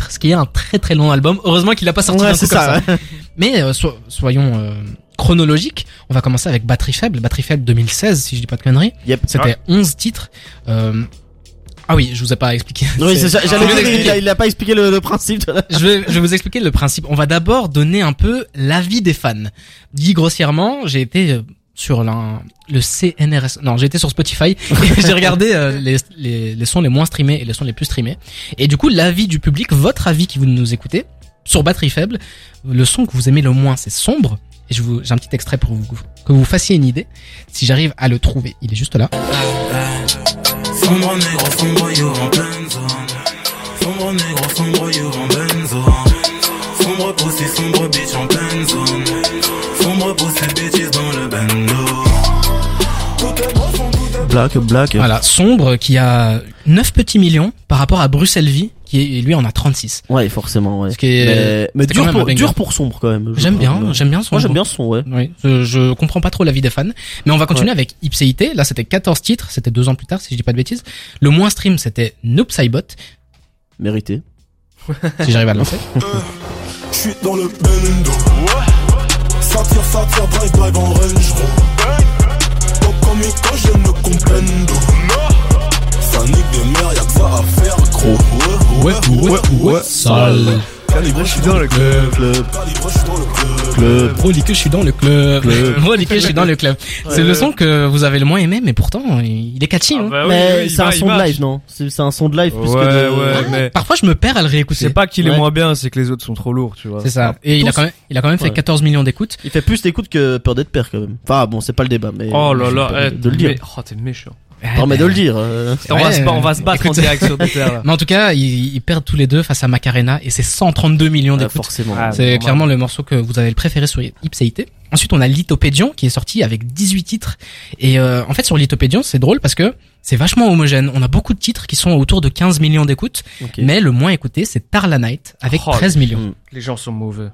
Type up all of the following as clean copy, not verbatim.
titres, ce qui est un très très long album. Heureusement qu'il a pas sorti d'un coup comme ça. Mais soyons chronologiques. On va commencer avec Batterie Faible 2016 si je dis pas de conneries. Yep. C'était 11 titres. Ah oui, je vous ai pas expliqué. Oui, c'est ça. J'allais dire, il a pas expliqué le principe. Je vais vous expliquer le principe. On va d'abord donner un peu l'avis des fans. Dit grossièrement, j'ai été sur le CNRS. Non, j'ai été sur Spotify et j'ai regardé les sons les moins streamés et les sons les plus streamés. Et du coup, l'avis du public, votre avis qui vous nous écoutez, sur Batterie Faible, le son que vous aimez le moins, c'est Sombre. Et j'ai un petit extrait pour que vous fassiez une idée. Si j'arrive à le trouver, il est juste là. Sombre négro, sombre you en pleine zone. Sombre négro, sombre you en pleine zone. Sombre pussy, sombre bitch en pleine zone. Sombre pussy bitches dans le bando. Black. Voilà, Sombre qui a 9 petits millions par rapport à Bruxelles Vie qui lui en a 36. Ouais, forcément, ouais. Ce qui est, mais dur pour Sombre quand même. J'aime bien Sombre. Moi j'aime bien son, ouais. Oui, je comprends pas trop l'avis des fans, mais on va continuer avec Ipséité. Là, c'était 14 titres, c'était 2 ans plus tard si je dis pas de bêtises. Le moins stream, c'était Noob Saibot. Mérité. Si j'arrive à le lancer. Je suis dans le bendo. Ça tire, drive en range. Comme quand je ne comprendo. Ça nique de merde, y'a que ça à faire, gros. Ouais, sale. Calibre, je suis dans le club. Brolique, je suis dans le club. Brolique, je suis dans le club. C'est le son que vous avez le moins aimé, mais pourtant, il est catchy, hein. Bah mais c'est un son de live, non? C'est un son de live plus que de... Ouais, mais parfois, je me perds à le réécouter. c'est pas qu'il est moins bien, c'est que les autres sont trop lourds, tu vois. C'est ça. Et il a quand même fait 14 millions d'écoutes. Il fait plus d'écoutes que Peur d'être père, quand même. Enfin, bon, c'est pas le débat, mais... Oh là là, de le dire. Oh, t'es méchant. Non, mais de le dire. On va se battre en direct sur des terres, là. Mais en tout cas, ils perdent tous les deux face à Macarena et c'est 132 millions d'écoutes. Forcément. C'est clairement le morceau que vous avez le préféré sur Ipséité. Ensuite, on a Lithopédion qui est sorti avec 18 titres. Et en fait, sur Lithopédion, c'est drôle parce que c'est vachement homogène. On a beaucoup de titres qui sont autour de 15 millions d'écoutes. Okay. Mais le moins écouté, c'est Tarla Night avec 13 millions. Les gens sont mauvais.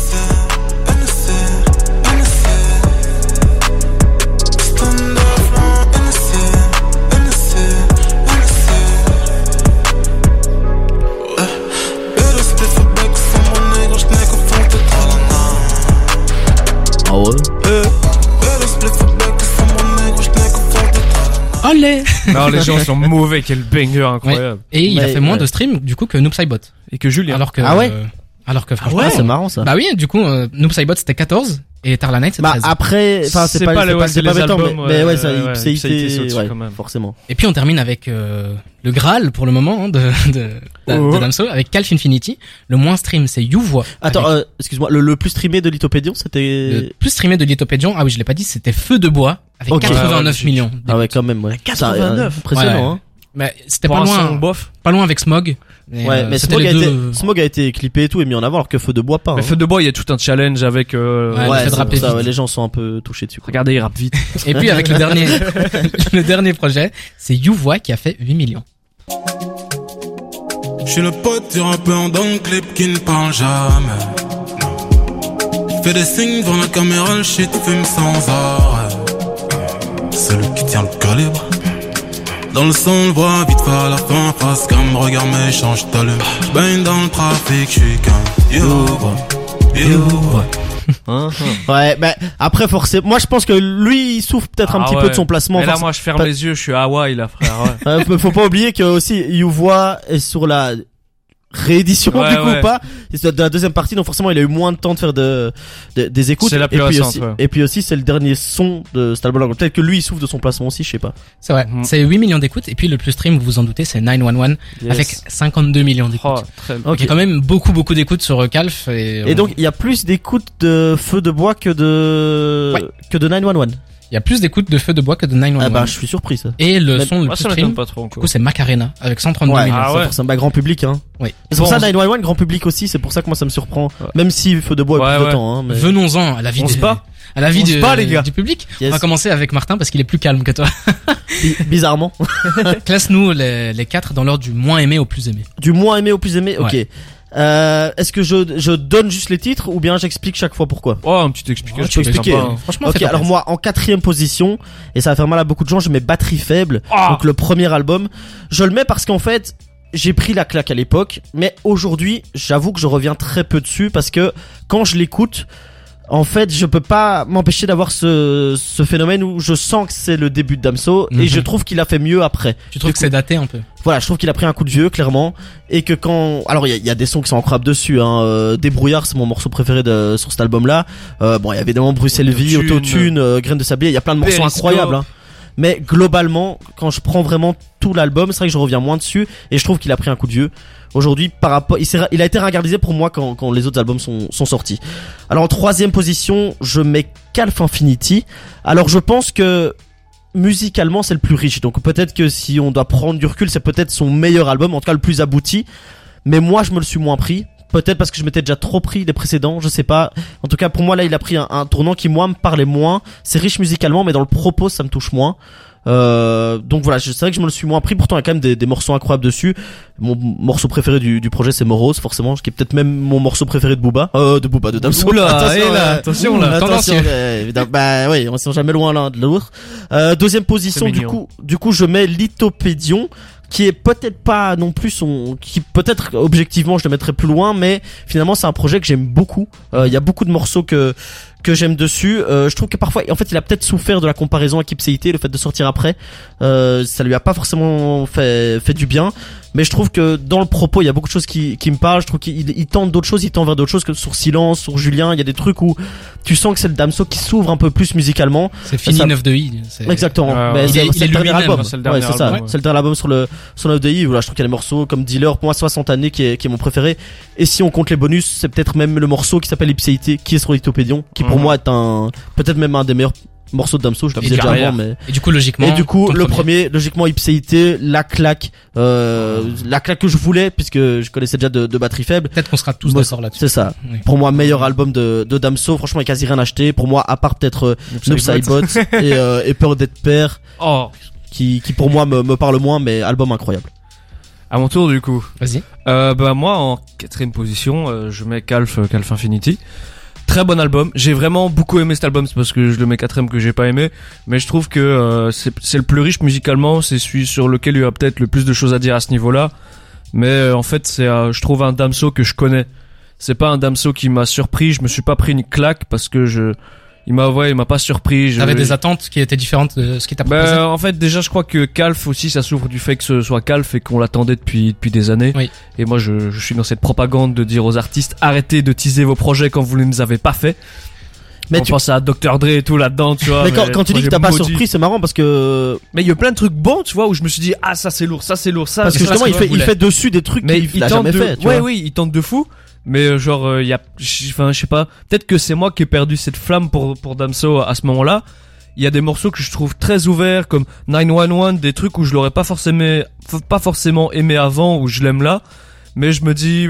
Ah ouais? Allez! Non, les gens sont mauvais, quel banger incroyable. Ouais. Et il a fait moins de streams, du coup, que Noob Saibot. Et que Julien. Alors que, franchement. Ouais, c'est marrant, ça. Bah oui, du coup, Noob Saibot c'était 14 et Tarla Night c'est 13. Après, enfin, c'est pas béton, mais ouais, ça, Ipséité, ouais, quand même. forcément. Et puis on termine avec le Graal pour le moment hein, de Damso avec Calf Infinity. Le moins stream c'est YouVoix. Attends, excuse-moi, le plus streamé de Lithopédion, c'était... Le plus streamé de Lithopédion, ah oui je l'ai pas dit, c'était Feu de Bois avec 89 millions. Ah ouais, quand même, ouais. 89, impressionnant, hein. Mais c'était pas loin avec Smog. Mais Smog a été clippé et tout et mis en avant alors que Feu de Bois pas. Mais Feu de Bois, il y a tout un challenge avec les gens sont un peu touchés dessus. Regardez, il rappe vite. Et puis avec le dernier projet, c'est YouVoix qui a fait 8 millions. Je suis le pote du rappeur dans le clip qui ne parle jamais. Il fait des signes devant la caméra, le shit fume sans arrêt. Celui qui tient le calibre. Dans le son, on le voit vite faire à la fin, face cam, regarde mais change t'allume. J'baigne dans le trafic, j'suis qu'un YouVoix. Ouais, bah après forcément, moi je pense que lui il souffre peut-être un petit peu de son placement. Mais là moi je ferme les yeux, je suis à Hawaï là frère. Ouais. Faut pas oublier que aussi YouVoix est sur la réédition du coup pas. C'est de la deuxième partie donc forcément il a eu moins de temps de faire des écoutes. C'est la plus récente, et puis aussi c'est le dernier son de cet album. Peut-être que lui il souffre de son placement aussi, je sais pas. C'est vrai. C'est 8 millions d'écoutes et puis le plus stream vous vous en doutez c'est 911 avec 52 millions d'écoutes. Donc il y a quand même beaucoup d'écoutes sur Calf et donc il y a plus d'écoutes de Feu de Bois que de 911. Il y a plus d'écoutes de Feu de Bois que de 911. Ah bah je suis surpris ça. Et le son le plus stream, pas trop, du coup c'est Macarena avec 132 millions. C'est un grand public hein. Oui. C'est pour ça 911 grand public aussi, c'est pour ça que moi ça me surprend. Même si Feu de Bois a plus de temps hein, mais... Venons-en à la vie du public. Yes. On va commencer avec Martin parce qu'il est plus calme que toi. Bizarrement. Classe-nous les 4 dans l'ordre du moins aimé au plus aimé. Du moins aimé au plus aimé. OK. Ouais. Est-ce que je donne juste les titres ou bien j'explique chaque fois pourquoi? Oh, un petit explication. Je peux expliquer. Franchement, ok, alors moi, en 4e position, et ça va faire mal à beaucoup de gens, je mets Batterie Faible, donc le premier album. Je le mets parce qu'en fait, j'ai pris la claque à l'époque, mais aujourd'hui, j'avoue que je reviens très peu dessus parce que quand je l'écoute, en fait, je peux pas m'empêcher d'avoir ce phénomène où je sens que c'est le début de Damso et je trouve qu'il a fait mieux après. Tu trouves que c'est daté un peu? Voilà, je trouve qu'il a pris un coup de vieux, clairement, et que alors il y a des sons qui sont incroyables dessus, Débrouillard, c'est mon morceau préféré sur cet album-là. Bon, il y a évidemment Bruxelles Vie, Autotune, Graines de Sablier, il y a plein de morceaux incroyables, hein. Mais globalement, quand je prends vraiment tout l'album, c'est vrai que je reviens moins dessus et je trouve qu'il a pris un coup de vieux. Aujourd'hui, par rapport, il a été ringardisé pour moi quand les autres albums sont sortis. Alors en troisième position, je mets Calf Infinity. Alors je pense que musicalement c'est le plus riche, donc peut-être que si on doit prendre du recul, c'est peut-être son meilleur album, en tout cas le plus abouti. Mais moi je me le suis moins pris. Peut-être parce que je m'étais déjà trop pris les précédents, je sais pas. En tout cas, pour moi, là, il a pris un tournant qui, moi, me parlait moins. C'est riche musicalement, mais dans le propos, ça me touche moins. Donc voilà, c'est vrai que je me le suis moins pris. Pourtant, il y a quand même des morceaux incroyables dessus. Mon morceau préféré du projet, c'est Morose, forcément, qui est peut-être même mon morceau préféré de Booba. De Damso. Attention là, tendancieux. Bah oui, on sent jamais loin l'un de l'autre. Deuxième position, du coup, je mets Lithopédion, qui est peut-être pas non plus qui peut-être objectivement je le mettrais plus loin, mais finalement c'est un projet que j'aime beaucoup. Il y a beaucoup de morceaux que j'aime dessus. Je trouve que parfois, en fait, il a peut-être souffert de la comparaison avec Ipséité, le fait de sortir après. Ça lui a pas forcément fait du bien. Mais je trouve que dans le propos, il y a beaucoup de choses qui me parlent. Je trouve qu'il tente d'autres choses, il tend vers d'autres choses que sur Silence, sur Julien. Il y a des trucs où tu sens que c'est le Damso qui s'ouvre un peu plus musicalement. C'est fini 9 de I. Exactement. Mais c'est le dernier album. C'est le dernier album sur 9 de I. Voilà, je trouve qu'il y a des morceaux comme Dealer, pour moi 60 années qui est mon préféré. Et si on compte les bonus, c'est peut-être même le morceau qui s'appelle Ipséité, qui est sur Lithopédion, qui pour moi est peut-être même un des meilleurs morceaux de Damso, je le disais déjà avant, mais. Et du coup, logiquement. Et du coup, le premier, logiquement, Ipséité, la claque que je voulais, puisque je connaissais déjà de Batterie Faible. Peut-être qu'on sera tous d'accord là-dessus. C'est ça. Oui. Pour moi, meilleur album de Damso. Franchement, il n'y a quasi rien acheté. Pour moi, à part peut-être, Nupside-Bot et Peur d'être père. Oh. Qui pour moi me parle moins, mais album incroyable. À mon tour, du coup. Vas-y. Moi, en quatrième position, je mets Calf Infinity. Très bon album. J'ai vraiment beaucoup aimé cet album. C'est parce que je le mets quatrième que j'ai pas aimé. Mais je trouve que c'est le plus riche musicalement. C'est celui sur lequel il y a peut-être le plus de choses à dire à ce niveau-là. Mais en fait, c'est je trouve un Damso que je connais. C'est pas un Damso qui m'a surpris. Je me suis pas pris une claque parce que il m'a pas surpris. T'avais des attentes qui étaient différentes de ce qui t'a proposé? En fait, déjà, je crois que Calf aussi, ça souffre du fait que ce soit Calf et qu'on l'attendait depuis des années. Oui. Et moi, je suis dans cette propagande de dire aux artistes, arrêtez de teaser vos projets quand vous ne les avez pas faits. Mais tu penses à Dr. Dre et tout là-dedans, tu vois. Mais quand tu dis que t'as pas surpris, c'est marrant parce que. Mais il y a plein de trucs bons, tu vois, où je me suis dit, ah, ça c'est lourd, ça. Parce que justement, il fait dessus des trucs qu'il a jamais fait, tu vois. Oui, il tente de fou. Mais genre il y a je sais pas, peut-être que c'est moi qui ai perdu cette flamme pour Damso à ce moment-là. Il y a des morceaux que je trouve très ouverts comme 911, des trucs où je l'aurais pas forcément aimé avant, où je l'aime là, mais je me dis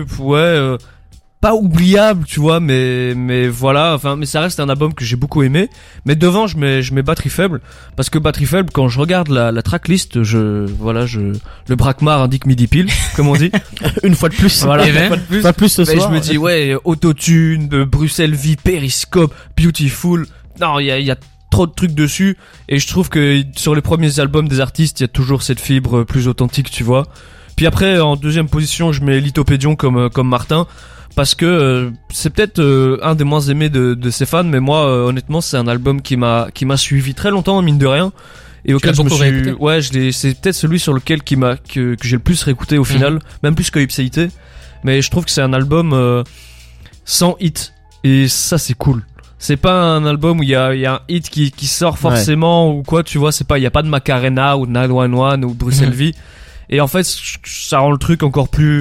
pas oubliable, tu vois, mais voilà, mais ça reste un album que j'ai beaucoup aimé. Mais devant, je mets Batterie Faible, parce que Batterie Faible, quand je regarde la tracklist, le braquemar indique midi pile, comme on dit. Une fois de plus. Voilà, une fois de plus ce soir. Je me dis, Autotune, Bruxelles Vie, Periscope, Beautiful. Non, il y a trop de trucs dessus, et je trouve que sur les premiers albums des artistes, il y a toujours cette fibre plus authentique, tu vois. Puis après, en deuxième position, je mets Lithopédion comme Martin. Parce que c'est peut-être un des moins aimés de ses fans, mais moi honnêtement c'est un album qui m'a suivi très longtemps, mine de rien, et auquel je me suis c'est peut-être celui sur lequel que j'ai le plus réécouté au final, même plus que Ipséité. Mais je trouve que c'est un album sans hit, et ça c'est cool. C'est pas un album où il y a un hit qui sort forcément ou quoi, tu vois, il y a pas de Macarena ou 911 ou Bruxelles Vie, et en fait ça rend le truc encore plus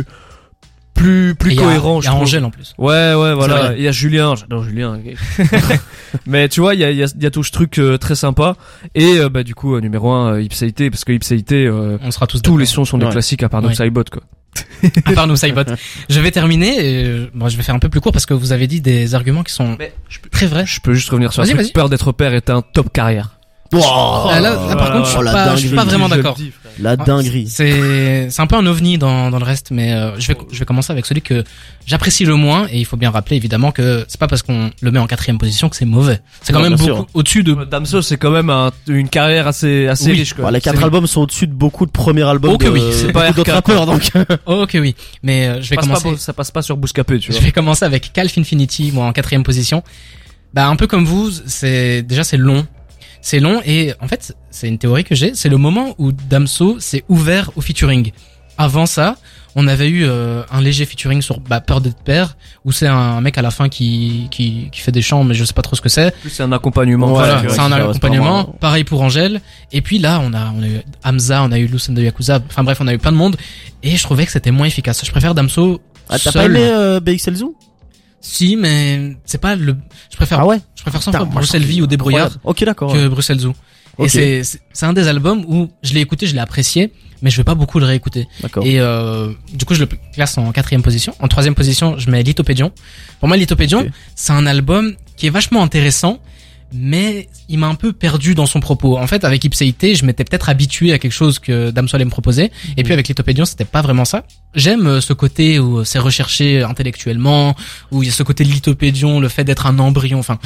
cohérent. Il y a Angèle en plus. Ouais, voilà. Il y a Julien, j'adore Julien. Mais tu vois, il y a tout ce truc très sympa. Et du coup, numéro 1, Ipséité, parce que Ipséité, on sera tous les sons sont des classiques à part Nupside-Bot, quoi. À part Nupside-Bot. Je vais terminer, je vais faire un peu plus court parce que vous avez dit des arguments qui sont très vrais. Je peux juste revenir sur la Peur d'être père est un top carrière. Là, par contre, je suis pas vraiment d'accord. La dinguerie. C'est un peu un ovni dans le reste, mais je vais commencer avec celui que j'apprécie le moins, et il faut bien rappeler évidemment que c'est pas parce qu'on le met en 4e position que c'est mauvais. C'est quand même beaucoup au-dessus de. Damso, c'est quand même une carrière assez riche, quoi. Les 4 albums sont au-dessus de beaucoup de premiers albums. Oh que oui, c'est pas d'autres rappeurs, donc. Oh que oui, mais je vais commencer. Ça passe pas sur Bouscapé, tu vois. Je vais commencer avec Calf Infinity, moi en 4e position. Bah un peu comme vous, c'est long. C'est long, et en fait, c'est une théorie que j'ai, c'est le moment où Damso s'est ouvert au featuring. Avant ça, on avait eu un léger featuring sur Peur d'être père, où c'est un mec à la fin qui fait des chants, mais je sais pas trop ce que c'est. C'est un accompagnement. Voilà, c'est un accompagnement. Pareil pour Angèle. Et puis là, on a eu Hamza, on a eu Lucen de Yakuza. Enfin bref, on a eu plein de monde, et je trouvais que c'était moins efficace. Je préfère Damso t'as seul. pas aimé BXL Zoo? Si, mais c'est pas le. Je préfère. Ah ouais. Je préfère 100 fois Bruxelles Vie au débrouillard. Ok, d'accord. Que Bruxelles Zoo. Et c'est un des albums où je l'ai écouté, je l'ai apprécié, mais je vais pas beaucoup le réécouter. D'accord. Et du coup, je le classe en 4e position. En 3e position, je mets Lithopédion. Pour moi, Lithopédion, c'est un album qui est vachement intéressant, mais il m'a un peu perdu dans son propos. En fait, avec Ipséité, je m'étais peut-être habitué à quelque chose que Damso allait me proposer, et puis avec Lithopédion, c'était pas vraiment ça. J'aime ce côté où c'est recherché intellectuellement, où il y a ce côté de Lithopédion, le fait d'être un embryon, enfin,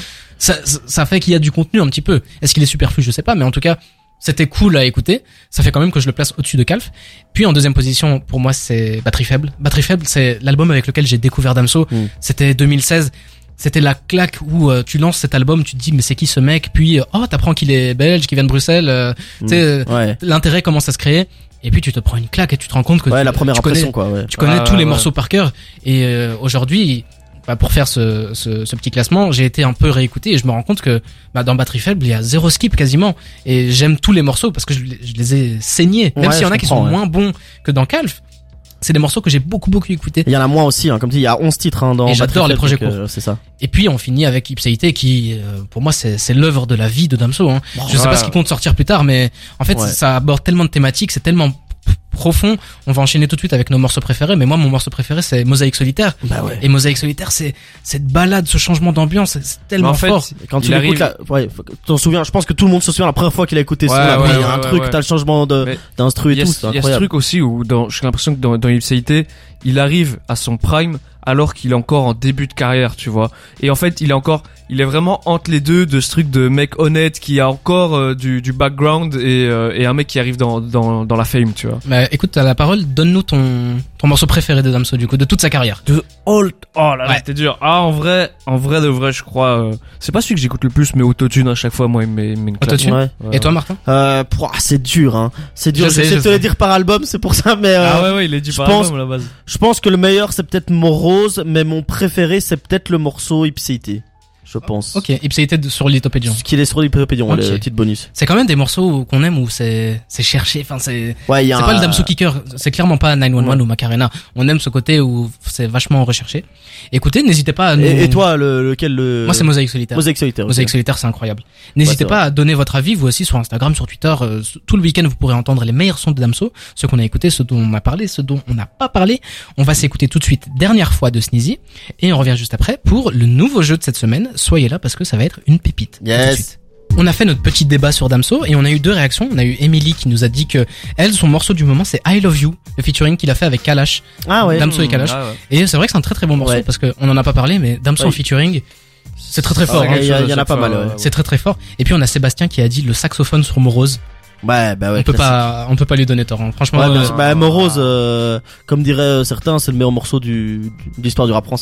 ça fait qu'il y a du contenu un petit peu. Est-ce qu'il est superflu? Je sais pas, mais en tout cas, c'était cool à écouter. Ça fait quand même que je le place au-dessus de Calf. Puis en 2e position, pour moi, c'est Batterie Faible. Batterie Faible, c'est l'album avec lequel j'ai découvert Damso. C'était 2016. C'était la claque où tu lances cet album, tu te dis mais c'est qui ce mec, puis t'apprends qu'il est belge, qu'il vient de Bruxelles, l'intérêt commence à se créer, et puis tu te prends une claque et tu te rends compte que la première impression tu connais tous les morceaux par cœur. Et aujourd'hui, pour faire ce petit classement, j'ai été un peu réécouté et je me rends compte que dans Batterie Faible, il y a 0 skip quasiment, et j'aime tous les morceaux parce que je les ai saignés, même s'il y en a qui sont moins bons que dans Calf. C'est des morceaux que j'ai beaucoup écoutés. Il y en a moins aussi, comme tu dis, il y a 11 titres dans. Et j'adore les projets courts. C'est ça. Et puis on finit avec Ipséité qui, pour moi, c'est l'œuvre de la vie de Damso. Je sais pas ce qu'il compte sortir plus tard, mais en fait, ça aborde tellement de thématiques, c'est tellement profond. On va enchaîner tout de suite avec nos morceaux préférés, mais moi mon morceau préféré c'est Mosaïque Solitaire. Et Mosaïque Solitaire, c'est cette balade, ce changement d'ambiance, c'est tellement fort. Quand tu l'écoutes t'en souviens, je pense que tout le monde se souvient la première fois qu'il a écouté ça. Il y a un truc, t'as le changement d'instru et tout, c'est incroyable. Il y a ce truc aussi où j'ai l'impression que dans Ipséité, il arrive à son prime alors qu'il est encore en début de carrière, tu vois. Et en fait, il est vraiment entre les deux, de ce truc de mec honnête qui a encore du background et un mec qui arrive dans la fame, tu vois. Bah écoute, t'as la parole, donne-nous ton morceau préféré de Damso, du coup, de toute sa carrière. Oh là, c'était dur. En vrai de vrai, je crois, c'est pas celui que j'écoute le plus, mais Autotune à chaque fois, moi, il met une claque. Autotune. Et toi, Martin? C'est dur, hein. C'est dur. J'essaie de te le dire par album, c'est pour ça, mais il est dit par album à la base. Je pense que le meilleur c'est peut-être Morose, mais mon préféré c'est peut-être le morceau Ipséité. Je pense. Ok, Ipséité sur Lithopédion. Ce qu'il est sur Lithopédion, le petit bonus. C'est quand même des morceaux qu'on aime où c'est cherché, enfin c'est pas le Damso Kicker, c'est clairement pas 911 ou Macarena. On aime ce côté où c'est vachement recherché. Écoutez, n'hésitez pas à nous... Et toi, lequel Moi c'est Mosaïque Solitaire. Mosaïque Solitaire. Mosaïque Solitaire, c'est incroyable. N'hésitez pas à donner votre avis, vous aussi sur Instagram, sur Twitter, tout le week-end vous pourrez entendre les meilleurs sons de Damso, ceux qu'on a écoutés, ceux dont on a parlé, ceux dont on n'a pas parlé. On va s'écouter tout de suite Dernière fois de Sneezy et on revient juste après pour le nouveau jeu de cette semaine. Soyez là parce que ça va être une pépite. Yes. On a fait notre petit débat sur Damso et on a eu 2 réactions. On a eu Emily qui nous a dit que son morceau du moment c'est I Love You, le featuring qu'il a fait avec Kalash. Damso et Kalash. Et c'est vrai que c'est un très bon morceau parce que on en a pas parlé, mais Damso en featuring, c'est très fort. Il y en a pas mal. C'est très fort. Et puis on a Sébastien qui a dit le saxophone sur Morose. On peut pas lui donner tort, hein. Franchement. Morose, comme diraient certains, c'est le meilleur morceau de l'histoire du rap français.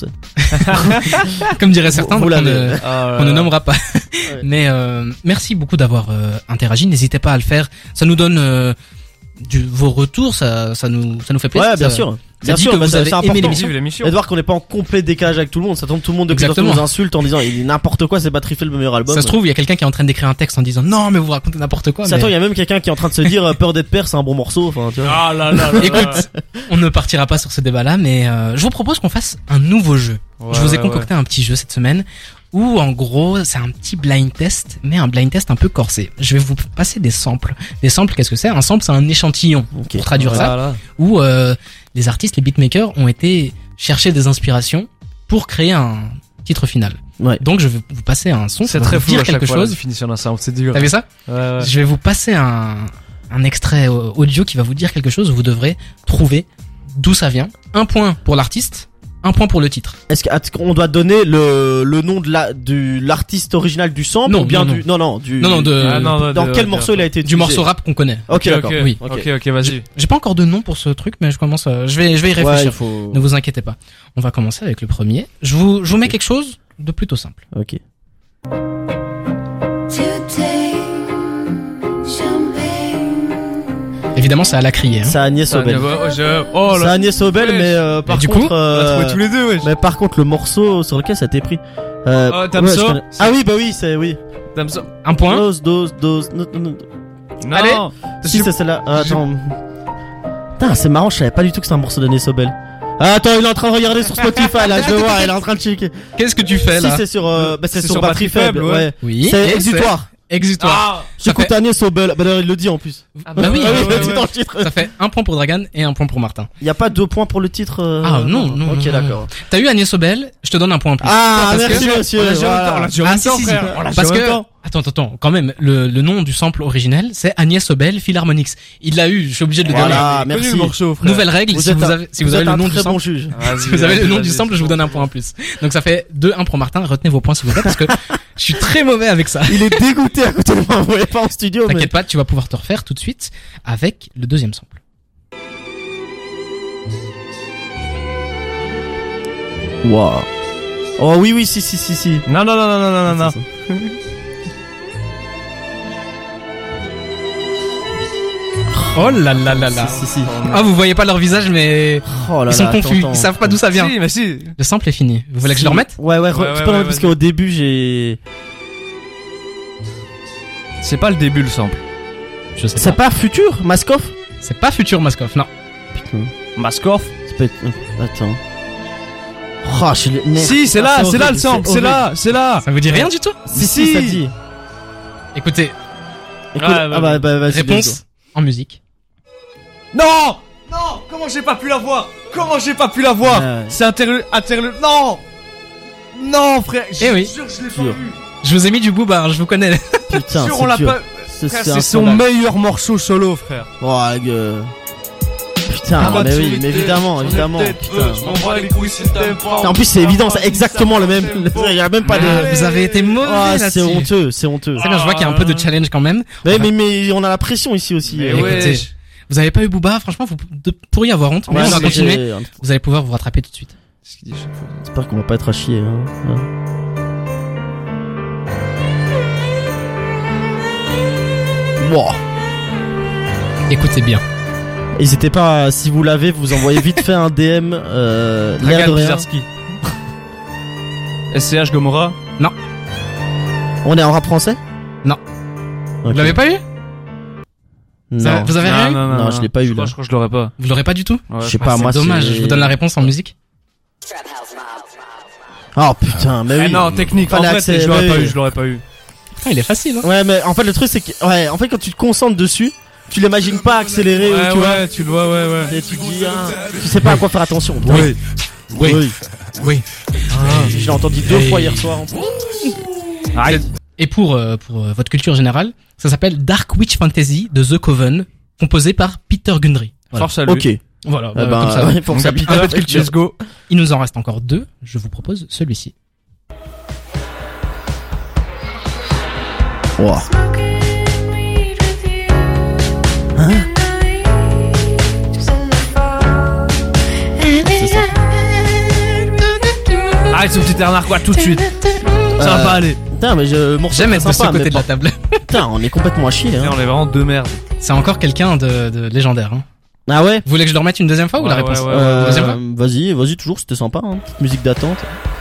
Comme diraient certains, on ne nommera pas. Mais merci beaucoup d'avoir interagi. N'hésitez pas à le faire. Ça nous donne vos retours, ça nous fait plaisir. Ouais, bien sûr. Bien sûr, que vous avez aimé l'émission. Et de voir qu'on n'est pas en complet décalage avec tout le monde. Ça tombe tout le monde depuis longtemps nous insulte en disant il est n'importe quoi, c'est Batterie Faible le meilleur album. Ça se trouve, il y a quelqu'un qui est en train d'écrire un texte en disant non, mais vous racontez n'importe quoi. Attends, il y a même quelqu'un qui est en train de se dire Peur d'être père, c'est un bon morceau. Enfin, tu vois. Écoute, on ne partira pas sur ce débat-là, mais je vous propose qu'on fasse un nouveau jeu. Je vous ai concocté un petit jeu cette semaine où en gros c'est un petit blind test, mais un blind test un peu corsé. Je vais vous passer des samples. Des samples, qu'est-ce que c'est? Un sample, c'est un échantillon, pour traduire ça, où les artistes, les beatmakers ont été chercher des inspirations pour créer un titre final. Donc je vais vous passer un son. C'est très fou dire à chaque quelque fois, chose. La définition d'un sample, c'est dur. T'as vu ça? Je vais vous passer un un extrait audio qui va vous dire quelque chose. Vous devrez trouver d'où ça vient. 1 point pour l'artiste, 1 point pour le titre. Est-ce qu'on doit donner le nom de l'artiste original du sample Non, ou bien non, du non dans quel morceau il a été du utilisé? morceau rap qu'on connaît. Ok, d'accord. Oui. Ok, vas-y. J'ai pas encore de nom pour ce truc, mais je commence. Je vais y réfléchir. Ouais, il faut... Ne vous inquiétez pas. On va commencer avec le premier. Je vous mets quelque chose de plutôt simple. Ok. Évidemment, c'est à la crier. Hein. C'est Agnès Obel. C'est Agnès Obel, mais par du contre, coup, on a trouvé tous les deux, wesh. mais par contre, le morceau sur lequel ça a été pris. Damso. Ah oui, bah oui, c'est oui. Damso. 1 point. Dose. Non. Allez. Si, c'est celle-là. Attends. Putain, c'est marrant, je savais pas du tout que c'était un morceau d'Agnès Obel. Attends, il est en train de regarder sur Spotify, là, je le vois, il est en train de checker. Qu'est-ce que tu fais là? Si, c'est sur, c'est C'est sur sur Batterie Faible, ouais. Oui. C'est et Exutoire. Exutoire. J'écoute Agnès Obel. Bah d'ailleurs, il le dit en plus. Bah oui, Ah oui, il ouais, le dit ouais. dans le titre. Ça fait 1 point pour Dragan et 1 point pour Martin. Y a pas 2 points pour le titre Ah non. Ok, d'accord. T'as eu Agnès Obel, je te donne 1 point en plus. Ah, Parce merci que- monsieur. on l'a dit en même temps, on l'a dit en même temps, frère. On l'a dit Parce en que même temps. attends, quand même, le nom du sample originel, c'est Agnès Obel Philharmonics. Il l'a eu, je suis obligé de le donner. Voilà, Connu merci. le morceau, frère. Nouvelle règle, si vous avez le nom du très bon sample, juge. si vous avez le nom du sample, je vous donne 1 point en plus. Donc ça fait 2-1 pour Martin. Retenez vos points s'il vous plaît parce que je suis très mauvais avec ça. Il est dégoûté à côté de moi, vous voyez pas en studio, mais. T'inquiète pas, tu vas pouvoir te refaire tout de suite avec le deuxième sample. Waouh. Oh oui, si. Non. Oh là là là là. Si. Ah, vous voyez pas leur visage, mais Oh là ils sont là, confus. t'entends. Ils savent pas d'où ça vient. Si, mais si. Le sample est fini. Vous voulez que je le remette? Ouais, Ouais, tu peux le ouais, remettre parce vas-y. qu'au début j'ai. C'est pas le début, le sample. Je sais C'est pas. pas Futur, Maskoff? C'est pas Futur Maskoff, non. Putain. Maskoff. Ça peut être. Attends. Oh, je le. Merde. Si, c'est Ah, là, c'est là horrible, le sample, c'est horrible. là, c'est là. Ça vous dit rien du tout? Si, ça dit. Écoutez, Écoute, Ouais, ah bah, vas-y. réponse en musique. Non, comment j'ai pas pu la voir? Ouais. C'est non, frère. Eh oui. Jure, je l'ai pas Sûr. vu. Je vous ai mis du Booba, je vous connais. Putain, Sûr, on l'a c'est dur. pas. Frère, C'est c'est son meilleur morceau solo, frère. Oh, la gueule. Putain, Ah, mais sur oui, les mais têtes, évidemment. sur les têtes, Putain. je m'en bats les couilles si t'aimes pas. En plus, c'est évident, c'est exactement le même. Il y a même pas de. Vous avez été mauvais Ah, là-dessus. c'est honteux. C'est bien, je vois qu'il y a un peu de challenge quand même. Mais on a la pression ici aussi. Mais Écoutez, ouais. vous avez pas eu Booba, franchement, vous pourriez avoir honte. Mais Ouais, on va mais continuer. Vous allez pouvoir vous rattraper tout de suite. Ce qu'il dit chaque fois. J'espère qu'on va pas être à chier. Hein. Wow. Écoutez bien. N'hésitez pas, si vous l'avez, vous envoyez vite fait un DM. L'air de Dragan rien. Bizarski. SCH Gomorrah. On est en rap français? Non. Ok. Vous l'avez pas eu? Non. Vous avez rien eu? Non, je l'ai pas eu, là. Je crois que je l'aurais pas. Vous l'aurez pas du tout? Ouais. Je sais Ah, pas, c'est moi dommage, c'est- je vous donne la réponse en musique. Oh putain, mais Eh oui. non, technique, en Fallait fait, accélérer. je l'aurais pas eu. Putain, il est facile, hein. Ouais, mais en fait, le truc c'est que, ouais, en fait, quand tu te concentres dessus, tu l'imagines pas accélérer, ou tu vois. tu le vois, ouais. Et tu te dis, ah, tu sais pas à quoi faire attention. Oui. Oui. Je l'ai entendu 2 fois hier soir. En plus. Et pour votre culture générale, ça s'appelle Dark Witch Fantasy de The Coven, composé par Peter Gundry. Voilà. Force à lui. Ok. Voilà, Eh ben, comme ça. ouais, pour ça, Donc, Peter, un peu de culture. Let's go. Il nous en reste encore 2. Je vous propose celui-ci. Wow. Arrête ce petit air narquois tout de suite. Ça va pas aller. Putain, mais le morceau J'aime est être de ce sympa, côté mais de la table. putain, on est complètement à chier, Et hein. on est vraiment deux merdes. C'est encore quelqu'un de légendaire. Hein. Ah ouais? Vous voulez que je le remette une deuxième fois ou la Ouais, réponse ouais, Deuxième fois Vas-y, toujours, c'était sympa, hein. Petite musique d'attente.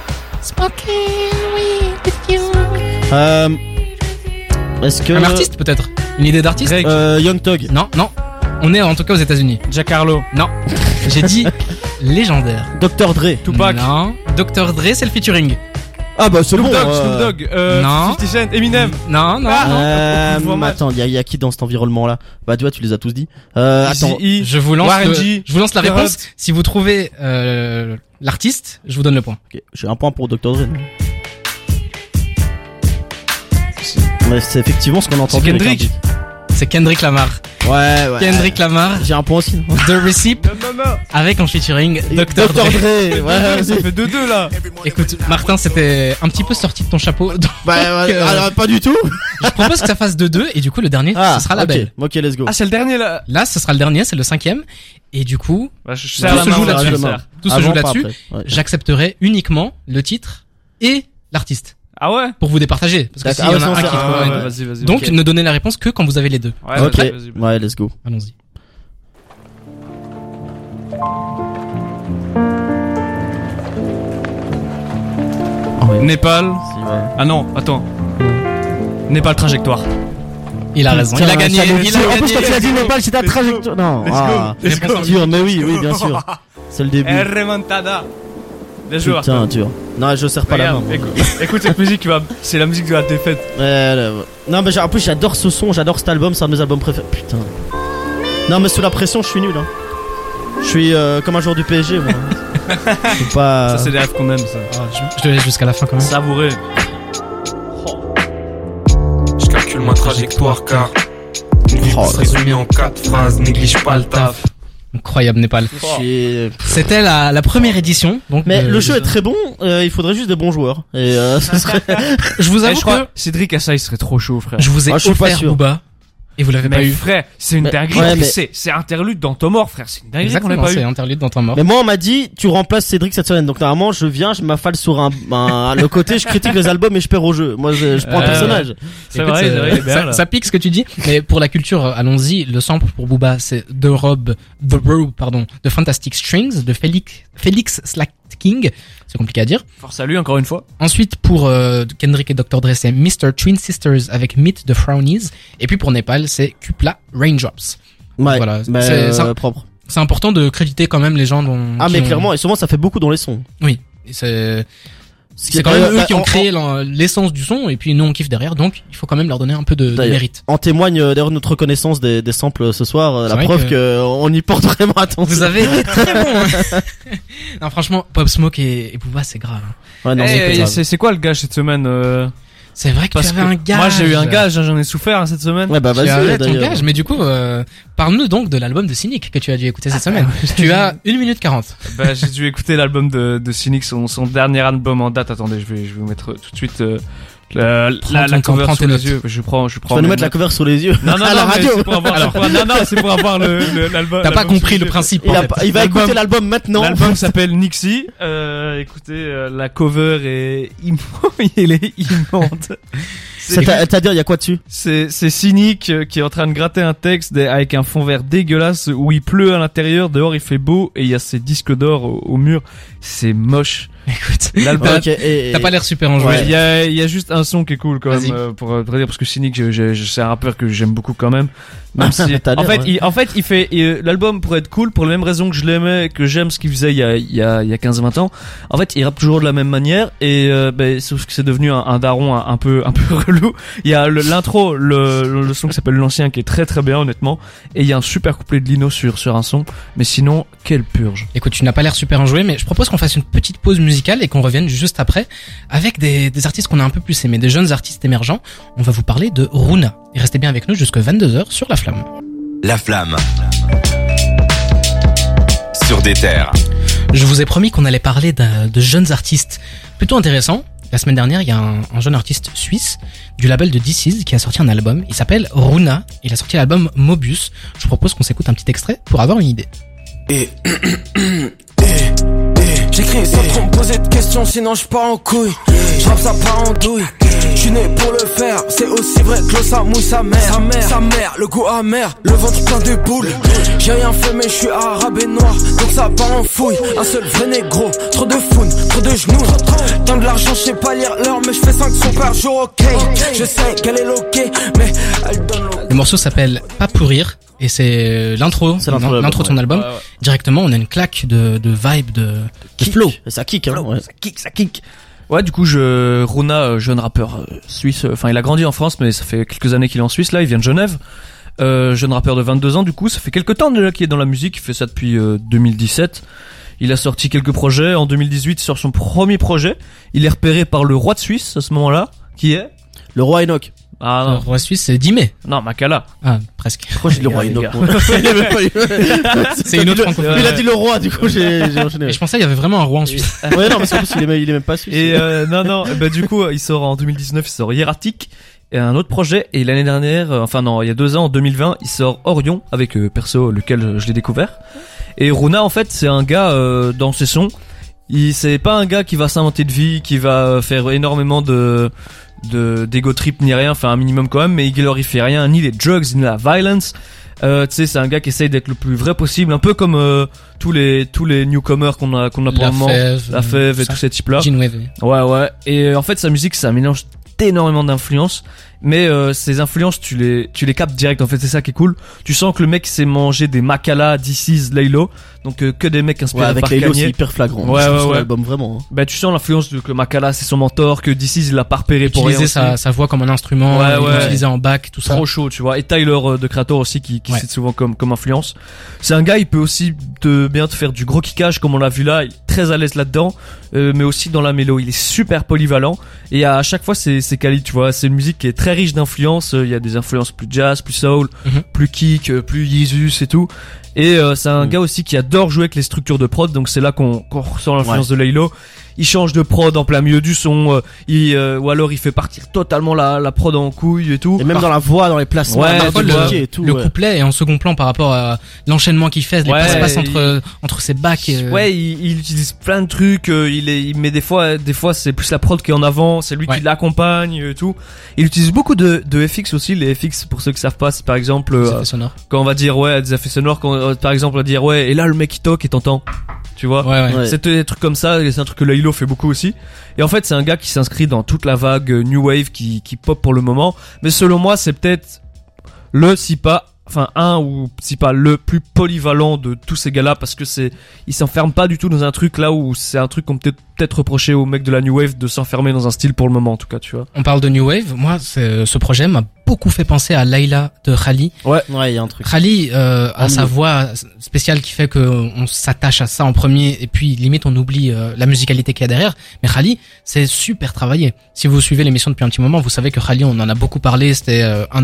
Est-ce que... Un artiste peut-être? Une idée d'artiste? Young Thug. Non. On est en tout cas aux États-Unis. Jack Harlow. Non. J'ai dit légendaire. Dr. Dre. Tupac. Non. Dr. Dre, c'est le featuring. Ah bah c'est bon. Snoop Dogg. Non. 50 Cent. Eminem. Non. Attends, il y a qui dans cet environnement-là? Bah tu vois, tu les as tous dit. Attends. Eazy-E. Je vous lance, Warren G. je vous lance la Kurot. réponse. Si vous trouvez l'artiste, je vous donne le point. Ok, j'ai un point pour Dr. Dre. Mais c'est effectivement ce qu'on a entendu. Kendrick. C'est Kendrick Lamar. Ouais. Kendrick Lamar, J'ai un point aussi. The Receipt, Non. avec en featuring Dr. Dre. Ouais, vas-y. Ça fait 2-2 là. Écoute, Martin, c'était un petit peu sorti de ton chapeau. Donc, Alors, pas du tout. je propose que ça fasse 2-2 et du coup, le dernier, ce sera la ok. belle. Ok, let's go. Ah, c'est le dernier là. Là, ce sera le dernier, c'est le 5e. Et du coup, Bah, je Tout serre la se main, joue là, là-dessus. je serre. tout se Avant, joue pas là-dessus. après. Ouais. J'accepterai uniquement le titre et l'artiste Ah ouais? pour vous départager. Parce que s'il D'accord. y en a Ah ouais, un qui c'est trouve ça. une- ouais. Vas-y. Donc, ok. ne donnez la réponse que quand vous avez les deux. Ouais, Ok. vas-y. Ouais, let's go. Allons-y. Népal. Si, ouais. Ah non, attends. Népal trajectoire. Il a raison. Putain, Il a gagné. ça me Il tue. a En plus, gagné. quand tu as dit Népal, c'était ta Let's go. trajectoire. Non. Let's Ah. go. Let's go. Dur, mais oui, bien sûr. C'est le début. Remontada. Bien joué. Putain, dur. Non, je serre pas la main. Regarde, écoute cette musique, c'est la musique de la défaite. Ouais. Non, mais en plus, j'adore ce son, j'adore cet album, c'est un de mes albums préférés. Putain. Non, mais sous la pression, je suis nul. Hein. Je suis comme un joueur du PSG, moi. Faut pas. Ça, c'est des rêves qu'on aime, ça. Je te laisse jusqu'à la fin quand même. Savouré. Je calcule ma trajectoire car une vie peut se résumer en 4 phrases, néglige pas le taf. Incroyable Népal. Je suis- C'était la première édition. Donc Mais le jeu est très bon, il faudrait juste des bons joueurs. Et ce serait. Je vous Eh, avoue je crois que que Cédric Assa, il serait trop chaud, frère. je vous ai Ah, je suis pas offert sûr. Booba et vous l'avez pas Mais eu. frère, c'est une Mais- dinguerie. ouais, mais- C'est interlude dans Tomor, frère. C'est une dinguerie qu'on Exactement, l'ait pas c'est eu. interlude dans ton mort. Mais moi, on m'a dit, tu remplaces Cédric cette semaine. Donc normalement, je viens, je m'affale sur le côté, je critique les albums et je perds au jeu. Moi, je prends le personnage. C'est Écoute, vrai, il est bien, ça, là. ça pique ce que tu dis, mais pour la culture, allons-y. Le sample pour Booba, c'est The Row, de Fantastic Strings, de Felix Slacking. C'est compliqué à dire. Force à lui, encore une fois. Ensuite, pour Kendrick et Dr. Dre, c'est Mr. Twin Sisters avec Meet the Frownies. Et puis pour Népal, c'est Kupla Raindrops. Ouais, Voilà, mais c'est ça. propre. C'est important de créditer quand même les gens dont. Ah, qui mais ont- clairement, et souvent, ça fait beaucoup dans les sons. Oui. Et c'est quand même eux qui ont créé l'essence du son, et puis nous on kiffe derrière, donc il faut quand même leur donner un peu de D'ailleurs. mérite. En témoigne d'ailleurs notre reconnaissance des samples ce soir, C'est la vrai preuve que- que on y porte vraiment attention. Vous avez été très bon. Hein. Non, franchement, Pop Smoke et Booba, c'est grave. Ouais, non, Eh, c'est pas grave. c'est quoi le gage cette semaine C'est vrai que Parce tu avais que un gage. moi, j'ai eu un gage, hein, j'en ai souffert hein, cette semaine. Ouais, bah Tu avais vas-y ton d'ailleurs. gage, mais du coup, parle-nous donc de l'album de Cynic que tu as dû écouter cette semaine. Tu as 1 minute 40. Bah, j'ai dû écouter l'album de Cynic, son dernier album en date. Attendez, je vais vous mettre tout de suite la ton temps, cover prends sous tes les notes. yeux. Je prends Tu vas nous mes mettre la notes. cover sur les yeux. Non, non, à non, la mais radio. c'est pour avoir, c'est pour avoir l'album. T'as pas l'album compris sous le les yeux. principe. Il, en a fait. pas- il va L'album- écouter l'album maintenant. L'album s'appelle Nixie. Écoutez, la cover est il est immonde. C'est-à-dire, il y a quoi dessus? C'est Cynic qui est en train de gratter un texte avec un fond vert dégueulasse où il pleut à l'intérieur, dehors il fait beau et il y a ces disques d'or au mur. C'est moche. Écoute, L'album. Ok, et- t'as pas l'air super enjoué. Ouais. Il y a juste un son qui est cool quand Vas-y. même pour te dire parce que Cynic c'est un rappeur que j'aime beaucoup quand même. Même si T'as l'air, en fait il fait l'album pour être cool pour les mêmes raisons que je l'aimais que j'aime ce qu'il faisait il y a 15-20 ans. En fait, il rappe toujours de la même manière et sauf que c'est devenu un daron un peu relou. Il y a l'intro le son qui s'appelle L'Ancien qui est très très bien honnêtement et il y a un super couplet de Lino sur un son mais sinon quelle purge. Écoute, tu n'as pas l'air super enjoué, mais je propose qu'on fasse une petite pause musicale et qu'on revienne juste après avec des artistes qu'on a un peu plus aimés, des jeunes artistes émergents. On va vous parler de Runa. Et restez bien avec nous jusqu'à 22h sur La Flamme. La Flamme. Sur des terres. Je vous ai promis qu'on allait parler de jeunes artistes plutôt intéressants. La semaine dernière, il y a un jeune artiste suisse du label de DC's qui a sorti un album. Il s'appelle Runa. Il a sorti l'album Mobius. Je vous propose qu'on s'écoute un petit extrait pour avoir une idée. J'écris sans trop me poser de questions, sinon je pars en couille. Je rappe ça part en douille. Je suis né pour le faire, c'est aussi vrai que l'eau ça mouille sa mère. Sa mère, le goût amer, le ventre plein de boules. J'ai rien fait mais je suis arabe et noir, donc ça part en fouille. Un seul vrai négro, trop de founes, trop de genoux. Tant de l'argent, je sais pas lire l'heure, mais je fais 5 sons par jour, ok. Je sais qu'elle est loquée, mais elle donne l'eau. Le morceau s'appelle Pas pour rire et c'est l'intro, C'est l'intro de l'intro de son album. Ouais, ouais. Directement, on a une claque de vibe, de flow. Ça kick, hein. Ouais. Ça kick. Ouais, du coup, Runa, jeune rappeur suisse, enfin, il a grandi en France, mais ça fait quelques années qu'il est en Suisse, là, il vient de Genève. Jeune rappeur de 22 ans, du coup, ça fait quelques temps déjà qu'il est dans la musique, il fait ça depuis 2017. Il a sorti quelques projets. En 2018, il sort son premier projet. Il est repéré par le roi de Suisse, à ce moment-là, qui est Le roi Enoch. Ah Le non. roi suisse, c'est 10 mai. Non, Makala. Ah, presque. Pourquoi j'ai dit le roi les Enoch, gars. moi Il a même pas eu- C'est une autre francophonie. Il a dit le roi, du coup j'ai enchaîné. Et je pensais il y avait vraiment un roi en Suisse. Ouais, non, parce qu'en plus il est même pas suisse. Et non, bah du coup, il sort en 2019, il sort Hieratic, et un autre projet. Et l'année dernière, enfin non, il y a 2 ans, en 2020, il sort Orion avec perso lequel je l'ai découvert. Et Runa, en fait, c'est un gars dans ses sons. C'est pas un gars qui va s'inventer de vie, qui va faire énormément d'ego trip ni rien, enfin un minimum quand même, mais il glorifie rien, ni les drugs, ni la violence. Tu sais, c'est un gars qui essaye d'être le plus vrai possible, un peu comme tous les newcomers qu'on a pour le moment, La Fève et tous ces types là. Gene Wave. Ouais. Et en fait, sa musique, c'est un mélange d'énormément d'influences, mais ces influences, tu les captes direct. En fait, c'est ça qui est cool. Tu sens que le mec s'est mangé des Makala, This Is, Laylo, donc que des mecs inspirés avec par Laylo, c'est Kanye. hyper flagrant. Ouais, Je trouve ouais, son ouais. album vraiment. Bah, tu sens l'influence que Makala, c'est son mentor, que This Is, il l'a pas repéré pour rien. Utiliser aussi. sa voix comme un instrument, Ouais, ouais. l'utiliser en back, tout ça. Trop chaud, tu vois. Et Tyler de Creator aussi qui Ouais. cite souvent comme influence. C'est un gars, il peut aussi bien te faire du gros kickage comme on l'a vu là, il est très à l'aise là-dedans, mais aussi dans la mélo, il est super polyvalent et à chaque fois c'est quali, tu vois. C'est une musique qui est très riche d'influences, il y a des influences plus jazz, plus soul, Mhm. plus kick, plus Jesus et tout. Et c'est un gars aussi qui adore jouer avec les structures de prod, donc c'est là qu'on ressent l'influence de Laylo. Il change de prod en plein milieu du son, ou alors il fait partir totalement la prod en couille et tout. Et même dans la voix, dans les placements, Ouais, dans Parfois, le le, bouquet et tout. le ouais. couplet est en second plan par rapport à l'enchaînement qu'il fait, les Ouais, passe-passe entre ses backs. Ouais, il utilise plein de trucs, il met des fois c'est plus la prod qui est en avant, c'est lui Ouais. qui l'accompagne et tout. Il utilise beaucoup de FX aussi. Les FX, pour ceux qui savent pas, c'est par exemple des effets sonores. quand on va dire des effets sonores, quand par exemple on va dire et là le mec il toque et t'entends, tu vois. Ouais. Ouais. C'est des trucs comme ça, et c'est un truc que Laylo fait beaucoup aussi. Et en fait, c'est un gars qui s'inscrit dans toute la vague New Wave qui pop pour le moment. Mais selon moi, c'est peut-être un ou si pas le plus polyvalent de tous ces gars-là, parce que il s'enferme pas du tout dans un truc là où c'est un truc qu'on peut peut-être reprocher aux mecs de la New Wave de s'enfermer dans un style pour le moment, en tout cas, tu vois. On parle de New Wave. Moi, ce projet m'a beaucoup fait penser à Layla de Khali. Ouais, il y a un truc. Khali a sa voix spéciale qui fait que on s'attache à ça en premier et puis limite on oublie la musicalité qu'il y a derrière. Mais Khali, c'est super travaillé. Si vous suivez l'émission depuis un petit moment, vous savez que Khali, on en a beaucoup parlé. C'était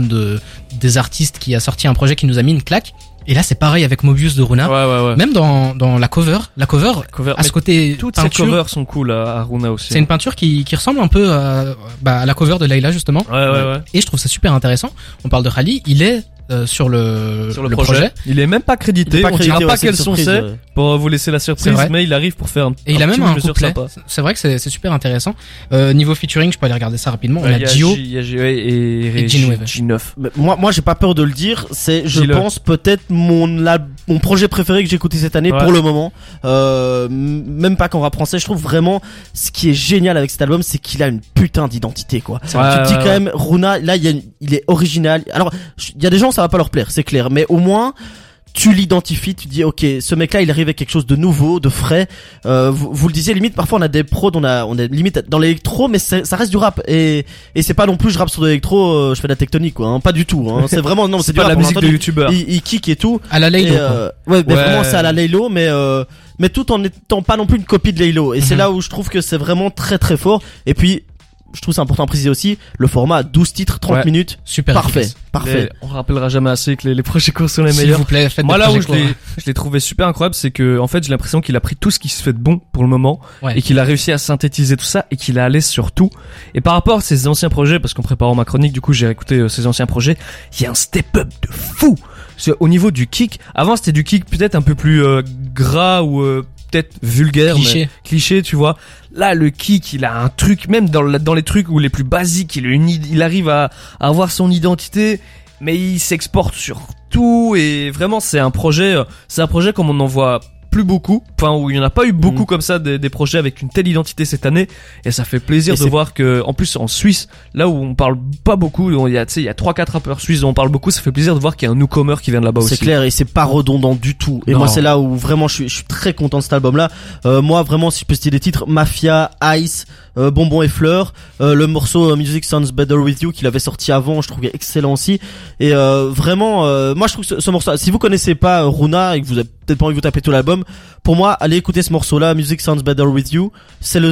des artistes qui a sorti un projet qui nous a mis une claque. Et là, c'est pareil avec Mobius de Runa. Ouais. Même dans la cover Cover, à ce côté toutes ces peinture, covers sont cool à Runa aussi. c'est une peinture qui ressemble un peu à la cover de Layla justement. Ouais. Et je trouve ça super intéressant. On parle de Khali, il est sur le projet. Il est même pas crédité. On dira pas quel son c'est ouais. pour vous laisser la surprise, C'est vrai. mais il arrive pour faire un Et il a même un mesure couplet. sympa. C'est vrai que c'est super intéressant. Niveau featuring, je peux aller regarder ça rapidement. On Il a y a Gio. Il y a Gio et G9. G9. Mais moi j'ai pas peur de le dire, je Dis-le. pense peut-être mon projet préféré que j'ai écouté cette année Ouais. pour le moment. Même pas qu'en rap français, je trouve vraiment ce qui est génial avec cet album, c'est qu'il a une putain d'identité quoi. Tu te dis quand même Runa, là il est original. Alors il y a des gens ça va pas leur plaire, c'est clair, mais au moins tu l'identifies, tu dis ok, ce mec là il arrive avec quelque chose de nouveau, de frais. Vous le disiez, limite parfois on a des prods, on est limite dans l'électro, mais ça reste du rap et c'est pas non plus je rappe sur de l'électro, je fais de la tectonique quoi, hein, pas du tout. Hein, c'est vraiment non, c'est du pas rap, la on musique entend de youtubeur. il kick et tout. À la Laylo. Et, quoi. ouais, mais Ouais. vraiment c'est à la Laylo, mais tout en étant pas non plus une copie de Laylo. Et c'est Mhm. là où je trouve que c'est vraiment très très fort. Et puis je trouve c'est important à préciser aussi le format 12 titres 30 Ouais. minutes, Super parfait, efficace. parfait. On rappellera jamais assez que les projets courts sont les S'il meilleurs. vous plaît, faites Moi des là où projets courts. je l'ai trouvé super incroyable, c'est que en fait j'ai l'impression qu'il a pris tout ce qui se fait de bon pour le moment Ouais. et qu'il a réussi à synthétiser tout ça et qu'il est à l'aise sur tout. Et par rapport à ses anciens projets, parce qu'en préparant ma chronique du coup j'ai écouté ses anciens projets, il y a un step up de fou. Au niveau du kick, avant c'était du kick peut-être un peu plus gras ou peut-être vulgaire, Cliché. mais cliché, tu vois. Là, le kick, il a un truc, même dans les trucs où les plus basiques, il arrive à avoir son identité, mais il s'exporte sur tout, et vraiment, c'est un projet comme on en voit plus beaucoup, enfin où il y en a pas eu beaucoup comme ça des projets avec une telle identité cette année, et ça fait plaisir Et de c'est- voir que en plus en Suisse, là où on parle pas beaucoup, il y a 3-4 rappeurs suisses dont on parle beaucoup, ça fait plaisir de voir qu'il y a un newcomer qui vient de là-bas aussi. C'est clair et c'est pas redondant du tout. Et Non. moi c'est là où vraiment je suis très content de cet album là. Moi vraiment si je peux citer des titres, Mafia, Ice, Bonbons et Fleurs, le morceau Music Sounds Better With You qu'il avait sorti avant, je trouvais excellent aussi. Et vraiment moi je trouve que ce morceau, si vous connaissez pas Runa et que vous avez peut-être pas envie de vous taper tout l'album, pour moi allez écouter ce morceau là, Music Sounds Better With You, c'est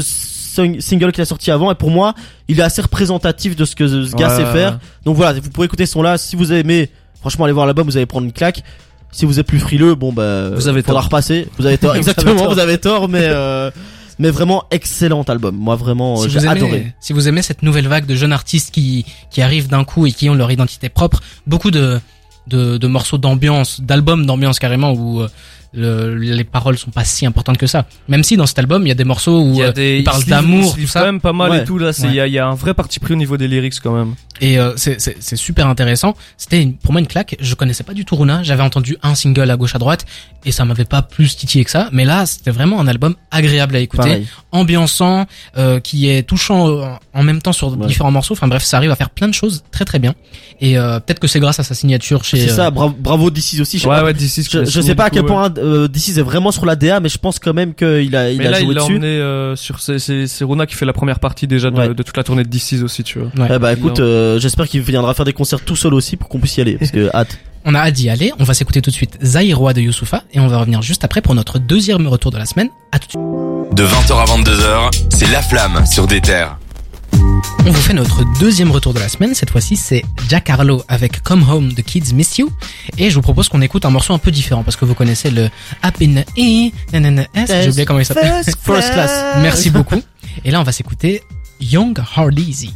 singles qu'il a sorti avant, et pour moi, il est assez représentatif de ce que ce gars sait faire. Donc voilà, vous pourrez écouter ce son là. Si vous aimez, franchement, allez voir l'album, vous allez prendre une claque. Si vous êtes plus frileux, bon bah, vous avez faudra tort. repasser. Vous avez tort, exactement, vous avez tort, mais vraiment excellent album. Moi vraiment, j'ai adoré. Si vous aimez cette nouvelle vague de jeunes artistes qui arrivent d'un coup et qui ont leur identité propre, beaucoup de morceaux d'ambiance, d'albums d'ambiance carrément où les paroles sont pas si importantes que ça. Même si dans cet album il y a des morceaux où ils parlent d'amour, tout ça. Quand même pas mal Ouais. et tout là. Il y a un vrai parti pris au niveau des lyrics quand même. Et c'est super intéressant. C'était pour moi une claque. Je connaissais pas du tout Runa. J'avais entendu un single à gauche à droite et ça m'avait pas plus titillé que ça. Mais là, c'était vraiment un album agréable à écouter, Pareil. ambiançant, qui est touchant en même temps sur différents morceaux. Enfin bref, ça arrive à faire plein de choses très très bien. Et peut-être que c'est grâce à sa signature chez. C'est ça, bravo DC's aussi. Je sais pas, Ouais, DC. je sais pas à quel point DC's est vraiment sur la DA, mais je pense quand même qu'il a Mais là, joué il l'a dessus. emmené sur c'est Runa qui fait la première partie déjà de toute la tournée de DC's aussi, tu vois. Ouais. Eh bah écoute, j'espère qu'il viendra faire des concerts tout seul aussi pour qu'on puisse y aller, parce que hâte. On a hâte d'y aller. On va s'écouter tout de suite Zaïroa de Youssoupha et on va revenir juste après pour notre deuxième retour de la semaine. À tout de suite. De 20h à 22h, c'est La Flamme sur des terres. On vous fait notre deuxième retour de la semaine. Cette fois-ci, c'est Jack Harlow avec Come Home, The Kids Miss You. Et je vous propose qu'on écoute un morceau un peu différent parce que vous connaissez le Up in E, nanana S. J'ai oublié comment il s'appelle. First Class. Merci beaucoup. Et là, on va s'écouter Young Hardeezy.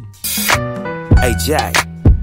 Hey Jack,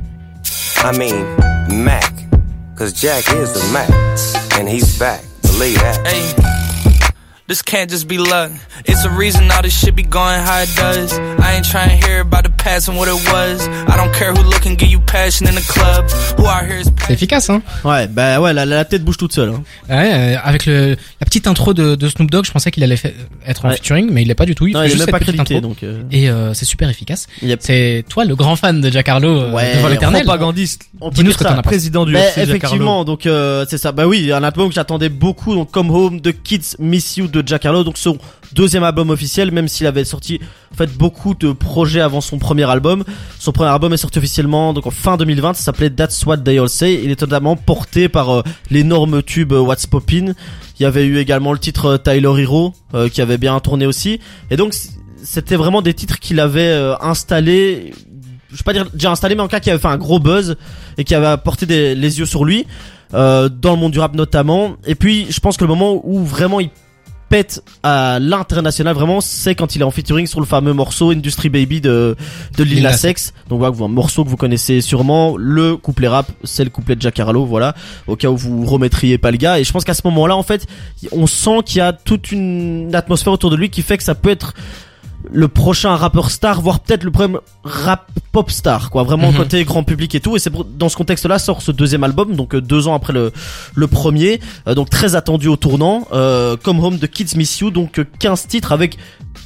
I mean Mac, cause Jack is the Mac, and he's back, believe that. Hey, this can't just be luck. It's a reason all this shit be going how it does. I ain't trying to hear about the past and what it was. I don't care who look and give you passion in the club. Who out here is C'est efficace, hein? Ouais, bah ouais, la tête bouge toute seule. Hein. Ouais, avec la petite intro de Snoop Dogg, je pensais qu'il allait être en Ouais. featuring, mais il l'est pas du tout. Non, fait il est juste même cette pas petite crédité, intro. donc. Et c'est super efficace. Yep. C'est toi le grand fan de Jack Harlow Ouais, devant l'éternel. Propagandiste. On peut Dis-nous dire ce que ça. t'en as pensé. Président du Mais UFC, Jack Harlow. effectivement, donc c'est ça. Bah oui, un album que j'attendais beaucoup, donc Come Home, The Kids Miss You de Jack Harlow, donc son deuxième album officiel, même s'il avait sorti en fait beaucoup de projets avant son premier album. Son premier album est sorti officiellement donc en fin 2020, ça s'appelait That's What They All Say. Il est totalement porté par l'énorme tube What's Poppin'. Il y avait eu également le titre Tyler Hero qui avait bien tourné aussi. Et donc c'était vraiment des titres qu'il avait installés, je vais pas dire déjà installé, mais en cas qui avait fait un gros buzz et qui avait apporté les yeux sur lui dans le monde du rap notamment. Et puis je pense que le moment où vraiment il pète à l'international vraiment, c'est quand il est en featuring sur le fameux morceau Industry Baby de Lil Nas X. Donc voilà, un morceau que vous connaissez sûrement. Le couplet rap, c'est le couplet de Jack Harlow, voilà, au cas où vous remettriez pas le gars. Et je pense qu'à ce moment-là, en fait, on sent qu'il y a toute une atmosphère autour de lui qui fait que ça peut être le prochain rappeur star, voire peut-être le premier rap pop star, quoi, vraiment côté grand public et tout. Et c'est dans ce contexte-là sort ce deuxième album, donc 2 ans après le premier, donc très attendu au tournant, Come Home, The Kids Miss You, donc 15 titres avec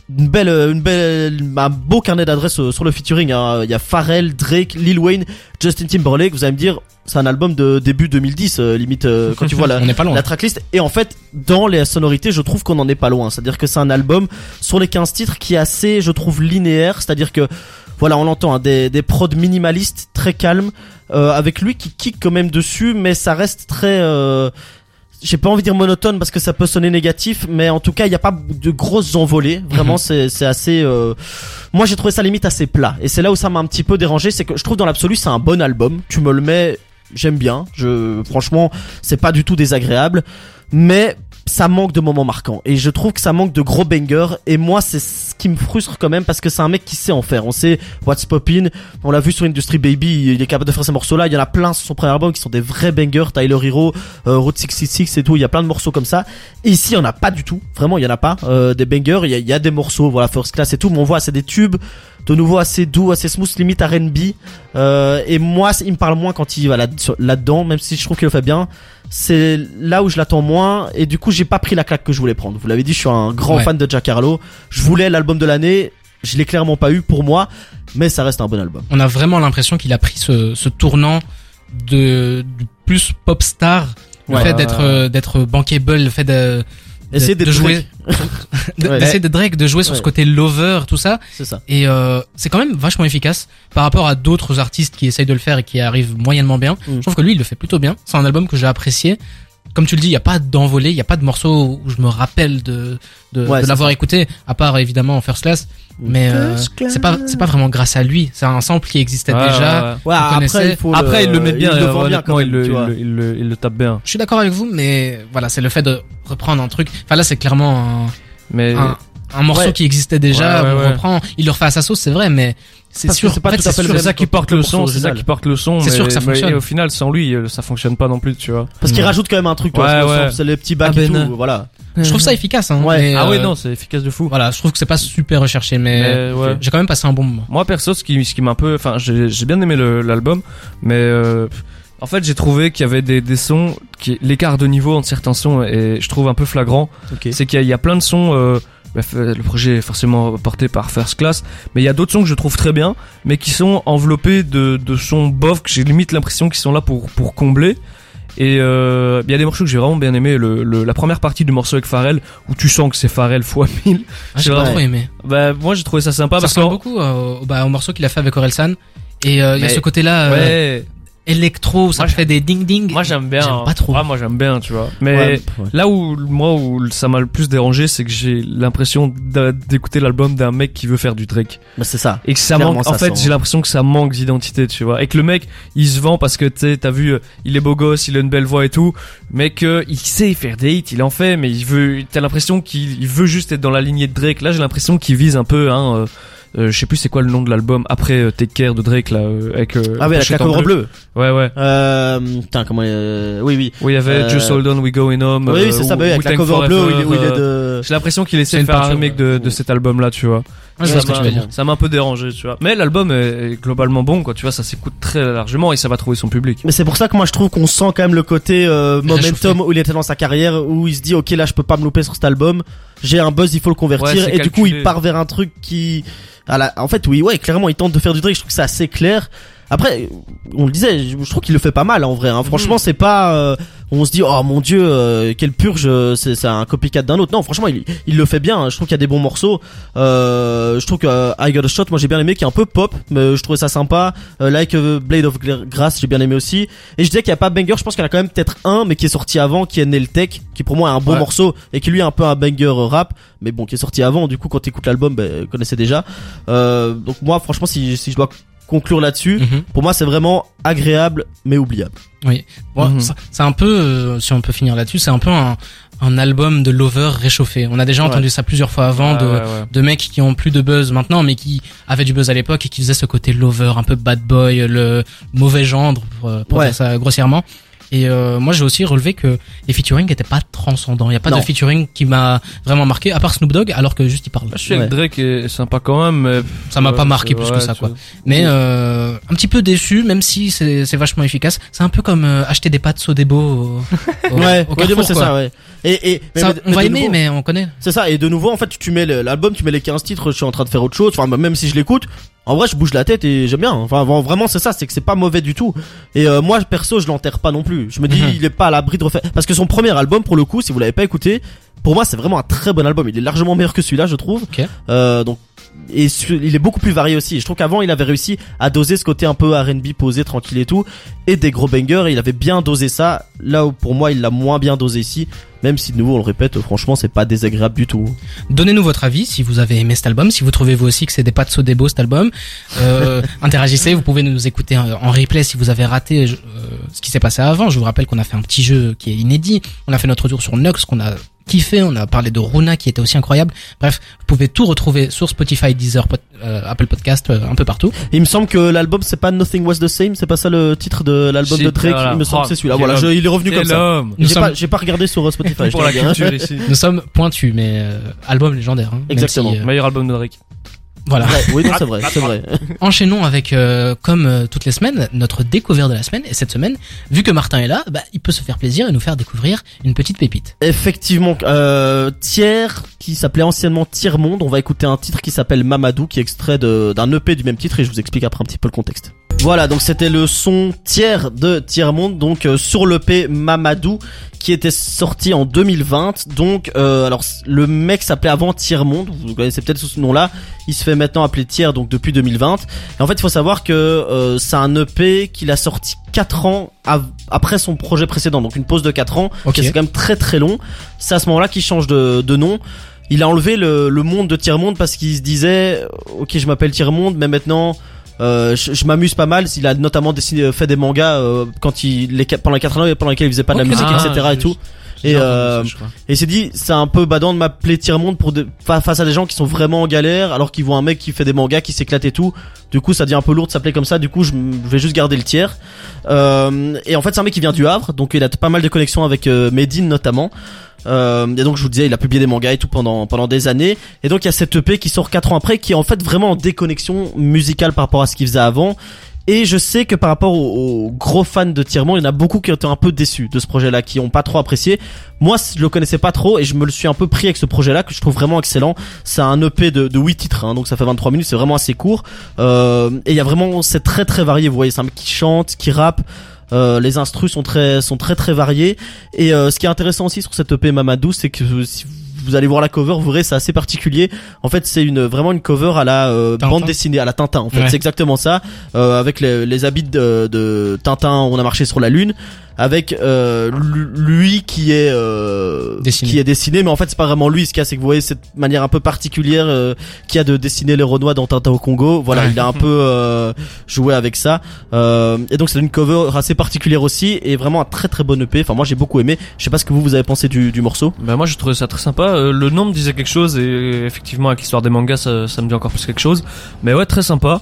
un beau carnet d'adresses sur le featuring, hein. Il y a Pharrell, Drake, Lil Wayne, Justin Timberlake. Vous allez me dire, c'est un album de début 2010, limite, quand tu vois On n'est pas loin. la tracklist. Et en fait, dans les sonorités, je trouve qu'on n'en est pas loin. C'est-à-dire que c'est un album sur les 15 titres qui est assez, je trouve, linéaire. C'est-à-dire que, voilà, on l'entend, hein, des prods minimalistes, très calmes, avec lui qui kick quand même dessus, mais ça reste très, j'ai pas envie de dire monotone parce que ça peut sonner négatif, mais en tout cas il y a pas de grosses envolées. Vraiment, c'est assez. Moi j'ai trouvé ça limite assez plat. Et c'est là où ça m'a un petit peu dérangé, c'est que je trouve dans l'absolu c'est un bon album. Tu me le mets, j'aime bien. Franchement, c'est pas du tout désagréable, mais ça manque de moments marquants. Et je trouve que ça manque de gros bangers. Et moi c'est ce qui me frustre quand même parce que c'est un mec qui sait en faire. On sait What's Poppin', on l'a vu sur Industry Baby, il est capable de faire ces morceaux-là. Il y en a plein sur son premier album qui sont des vrais bangers. Tyler Hero, Route 66 et tout. Il y a plein de morceaux comme ça. Et ici, il y en a pas du tout. Vraiment, il y en a pas des bangers. Il y a des morceaux, voilà, First Class et tout. Mais on voit, c'est des tubes de nouveau assez doux, assez smooth, limite R&B. Et moi, il me parle moins quand il va là-dedans, même si je trouve qu'il le fait bien. C'est là où je l'attends moins. Et du coup, j'ai pas pris la claque que je voulais prendre. Vous l'avez dit, je suis un grand fan de Jack Harlow. Je voulais l'album de l'année. Je l'ai clairement pas eu pour moi, mais ça reste un bon album. On a vraiment l'impression qu'il a pris ce tournant du plus pop star, le fait d'être bankable, le fait Essayer de d'être jouer, d'essayer de Drake, de jouer sur ce côté lover, tout ça. C'est ça. Et c'est quand même vachement efficace par rapport à d'autres artistes qui essayent de le faire et qui arrivent moyennement bien. Je trouve que lui, il le fait plutôt bien. C'est un album que j'ai apprécié. comme tu le dis, il y a pas d'envolée, il y a pas de morceau où je me rappelle de l'avoir écouté, à part évidemment en First Class. Mais c'est pas vraiment grâce à lui, c'est un sample qui existait déjà. Ouais, après il le met bien, il le vend bien quand il même, le tape bien. Je suis d'accord avec vous, mais voilà, c'est le fait de reprendre un truc. Enfin là, c'est clairement un morceau qui existait déjà, on reprend, il le refait à sa sauce, c'est vrai, mais c'est sûr, c'est pas tout à fait c'est ça qui porte le son, c'est ça qui porte le son. C'est sûr que ça fonctionne. Et au final, sans lui, ça fonctionne pas non plus, tu vois. Parce qu'il rajoute quand même un truc, c'est les petits bacs et tout, voilà. Je trouve ça efficace, hein. Non, c'est efficace de fou. Voilà, je trouve que c'est pas super recherché, mais j'ai quand même passé un bon moment. Moi, perso, ce qui m'a un peu, enfin, j'ai bien aimé l'album, mais en fait, j'ai trouvé qu'il y avait des sons l'écart de niveau entre certains sons et je trouve un peu flagrant. C'est qu'il y a plein de sons, le projet est forcément porté par First Class, mais il y a d'autres sons que je trouve très bien, mais qui sont enveloppés de sons bof que j'ai limite l'impression qu'ils sont là pour combler. Et il y a des morceaux que j'ai vraiment bien aimé, la première partie du morceau avec Pharrell où tu sens que c'est Pharrell x 1000. J'ai pas trop aimé. Bah moi j'ai trouvé ça sympa parce que beaucoup au morceau qu'il a fait avec Orelsan et il y a ce côté-là électro, ça fait des ding ding. Moi j'aime bien. J'aime pas trop. Moi j'aime bien, tu vois. Mais là où ça m'a le plus dérangé, c'est que j'ai l'impression d'écouter l'album d'un mec qui veut faire du Drake. Bah c'est ça. Et que ça manque. En fait, j'ai l'impression que ça manque d'identité, tu vois. Et que le mec, il se vend parce que tu sais, t'as vu, il est beau gosse, il a une belle voix et tout, mais que il sait faire des hits, il en fait, mais t'as l'impression qu'il veut juste être dans la lignée de Drake. Là, j'ai l'impression qu'il vise un peu, je sais plus c'est quoi le nom de l'album après Take Care de Drake là avec avec la cover bleue. Ouais. Putain comment oui. Oui, il y avait Just Hold On We Going Home. Oui, c'est ça, avec la cover bleue où il est de. J'ai l'impression qu'il essaie de faire un remake de cet album là, tu vois. Ça m'a un peu dérangé, tu vois. Mais l'album est globalement bon, quoi. Tu vois, ça s'écoute très largement et ça va trouver son public. Mais c'est pour ça que moi je trouve qu'on sent quand même le côté momentum où il était dans sa carrière, où il se dit ok là je peux pas me louper sur cet album. J'ai un buzz, il faut le convertir et du coup il part vers un truc qui en fait clairement il tente de faire du Drake. Je trouve que c'est assez clair. Après, on le disait, je trouve qu'il le fait pas mal en vrai. Hein. Franchement, c'est pas. On se dit oh mon dieu, quelle purge, c'est un copycat d'un autre. Non, franchement, il le fait bien. Je trouve qu'il y a des bons morceaux. Je trouve que I Got a Shot, moi j'ai bien aimé, qui est un peu pop, mais je trouvais ça sympa. Like Blade of Grass, j'ai bien aimé aussi. Et je disais qu'il y a pas banger. Je pense qu'il y en a quand même peut-être un, mais qui est sorti avant, qui est Nail Tech, qui pour moi est un bon morceau et qui lui est un peu un banger rap, mais bon, qui est sorti avant. Du coup, quand t'écoutes l'album, connaissais déjà. Donc moi, franchement, si je dois conclure là-dessus, pour moi c'est vraiment agréable mais oubliable. Oui, bon, c'est un peu si on peut finir là-dessus, c'est un peu un album de lover réchauffé. On a déjà entendu ça plusieurs fois avant de mecs qui ont plus de buzz maintenant mais qui avaient du buzz à l'époque et qui faisaient ce côté lover un peu bad boy, le mauvais gendre pour dire ça grossièrement. Et moi j'ai aussi relevé que les featuring étaient pas transcendants. Il y a pas de featuring qui m'a vraiment marqué à part Snoop Dogg, alors que juste il parle. Je suis avec Drake est sympa quand même, mais ça m'a pas marqué plus que ça quoi. Mais un petit peu déçu, même si c'est vachement efficace. C'est un peu comme acheter des pâtes Sodebo au Carrefour, c'est ça ouais. Et ça, on va aimer mais on connaît. C'est ça, et de nouveau en fait tu mets l'album, tu mets les 15 titres, je suis en train de faire autre chose, enfin même si je l'écoute, en vrai je bouge la tête et j'aime bien. Enfin vraiment c'est ça, c'est que c'est pas mauvais du tout. Et moi perso je l'enterre pas non plus. Je me dis il est pas à l'abri de refaire, parce que son premier album pour le coup, si vous l'avez pas écouté, pour moi c'est vraiment un très bon album. Il est largement meilleur que celui-là je trouve. Donc et il est beaucoup plus varié aussi. Je trouve qu'avant il avait réussi à doser ce côté un peu R&B posé, tranquille et tout, et des gros bangers, et il avait bien dosé ça. Là où pour moi il l'a moins bien dosé ici, même si de nouveau on le répète, franchement c'est pas désagréable du tout. Donnez-nous votre avis si vous avez aimé cet album, si vous trouvez vous aussi que c'est des pâtes Sodebo cet album. Interagissez, vous pouvez nous écouter en replay si vous avez raté ce qui s'est passé avant. Je vous rappelle qu'on a fait un petit jeu qui est inédit, on a fait notre retour sur Nux qu'on a kiffé, on a parlé de Runa qui était aussi incroyable. Bref, vous pouvez tout retrouver sur Spotify, Deezer, Apple Podcast, un peu partout. Et il me semble que l'album c'est pas Nothing Was the Same, c'est pas ça le titre de l'album de Drake. Il me semble que c'est celui-là. Voilà, il est revenu comme ça. J'ai pas regardé sur Spotify. Pour la culture ici. Nous sommes pointus, mais album légendaire. Hein, exactement. Meilleur album de Drake. Voilà. Oui, non, c'est vrai, c'est vrai. Enchaînons avec, comme toutes les semaines, notre découverte de la semaine. Et cette semaine, vu que Martin est là, il peut se faire plaisir et nous faire découvrir une petite pépite. Effectivement, Tiers, qui s'appelait anciennement Tiers Monde. On va écouter un titre qui s'appelle Mamadou, qui est extrait d'un EP du même titre, et je vous explique après un petit peu le contexte. Voilà, donc c'était le son tiers de Tiers-Monde, donc sur l'EP Mamadou, qui était sorti en 2020. Donc alors le mec s'appelait avant Tiers-Monde, vous connaissez peut-être sous ce nom-là. Il se fait maintenant appeler Tiers, donc depuis 2020. Et en fait, il faut savoir que c'est un EP qu'il a sorti 4 ans après son projet précédent, donc une pause de 4 ans. Ok. C'est quand même très très long. C'est à ce moment-là qu'il change de nom. Il a enlevé le monde de Tiers-Monde parce qu'il se disait ok, je m'appelle Tiers-Monde, mais maintenant je m'amuse pas mal. Il a notamment fait des mangas quand pendant les 4 ans pendant lesquels il faisait pas de la musique, etc. et tout. Et il s'est dit c'est un peu badant de m'appeler Tiers-Monde face à des gens qui sont vraiment en galère, alors qu'ils voient un mec qui fait des mangas, qui s'éclate et tout. Du coup ça devient un peu lourd de s'appeler comme ça. Du coup je vais juste garder le tiers. Et en fait c'est un mec qui vient du Havre, donc il a pas mal de connexions avec Medine notamment. Et donc je vous disais, il a publié des mangas et tout pendant des années. Et donc il y a cette EP qui sort 4 ans après, qui est en fait vraiment en déconnexion musicale par rapport à ce qu'il faisait avant. Et je sais que par rapport aux gros fans de Tiers-Monde, il y en a beaucoup qui ont été un peu déçus de ce projet-là, qui ont pas trop apprécié. Moi, je le connaissais pas trop et je me le suis un peu pris avec ce projet-là que je trouve vraiment excellent. C'est un EP de 8 titres, hein, donc ça fait 23 minutes, c'est vraiment assez court. Et il y a vraiment, c'est très très varié. Vous voyez, c'est un mec qui chante, qui rappe. Les instrus sont très très variés. Et ce qui est intéressant aussi sur cette EP Mamadou, c'est que si vous allez voir la cover, vous verrez, c'est assez particulier. En fait, c'est vraiment une cover à la bande dessinée, à la Tintin. En fait, c'est exactement ça, avec les habits de Tintin. On a marché sur la lune. Avec lui qui est dessiné, mais en fait c'est pas vraiment lui. Ce qu'il y a, c'est que vous voyez cette manière un peu particulière qu'il y a de dessiner les Renois dans Tintin au Congo. Voilà, il a un peu joué avec ça. Et donc c'est une cover assez particulière aussi, et vraiment un très très bon EP. Enfin moi j'ai beaucoup aimé. Je sais pas ce que vous avez pensé du morceau. Bah moi j'ai trouvé ça très sympa. Le nom me disait quelque chose, et effectivement avec l'histoire des mangas ça me dit encore plus quelque chose. Mais ouais, très sympa.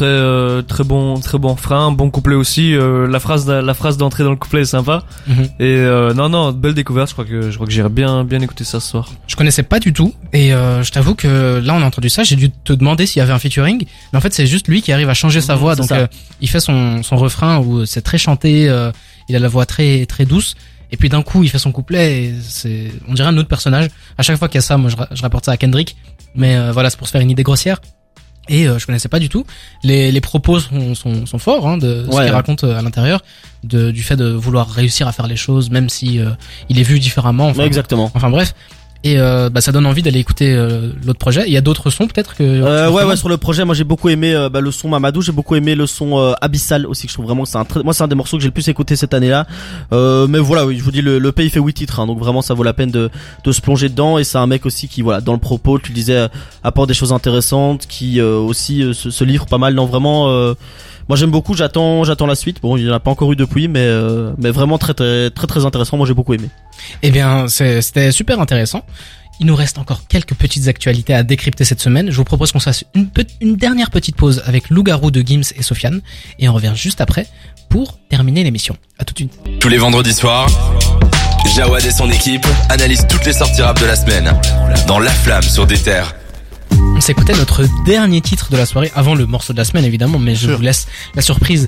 Très bon frein, bon couplet aussi. La phrase d'entrée dans le couplet est sympa. Et non, belle découverte. Je crois que j'irai bien écouter ça ce soir. Je connaissais pas du tout, et je t'avoue que là on a entendu ça, j'ai dû te demander s'il y avait un featuring, mais en fait c'est juste lui qui arrive à changer sa voix. Donc il fait son refrain où c'est très chanté, il a la voix très très douce, et puis d'un coup il fait son couplet et on dirait un autre personnage. À chaque fois qu'il y a ça, moi je rapporte ça à Kendrick, mais voilà, c'est pour se faire une idée grossière. Et je connaissais pas du tout. Les propos sont forts, hein, de ce qu'il raconte à l'intérieur, du fait de vouloir réussir à faire les choses, même si il est vu différemment. Enfin, exactement. Enfin bref. Et ça donne envie d'aller écouter l'autre projet. Il y a d'autres sons peut-être que ouais, sur le projet, moi j'ai beaucoup aimé le son Mamadou, j'ai beaucoup aimé le son Abyssal aussi, que je trouve vraiment que c'est un des morceaux que j'ai le plus écouté cette année-là. Mais voilà, oui, je vous dis, le EP il fait 8 titres, hein, donc vraiment ça vaut la peine de se plonger dedans. Et c'est un mec aussi qui, voilà, dans le propos, tu le disais, apporte des choses intéressantes, qui aussi se livre pas mal. Non, vraiment, moi j'aime beaucoup, j'attends la suite. Bon, il y en a pas encore eu depuis, mais vraiment très très très très intéressant. Moi j'ai beaucoup aimé. Eh bien, c'était super intéressant. Il nous reste encore quelques petites actualités à décrypter cette semaine. Je vous propose qu'on se fasse une dernière petite pause avec Loup-Garou de Gims et Sofiane, et on revient juste après pour terminer l'émission. À tout de suite. Tous les vendredis soirs, Jawad et son équipe analysent toutes les sorties rap de la semaine dans La Flamme sur des terres. On s'écoutait notre dernier titre de la soirée, avant le morceau de la semaine évidemment, mais je vous laisse la surprise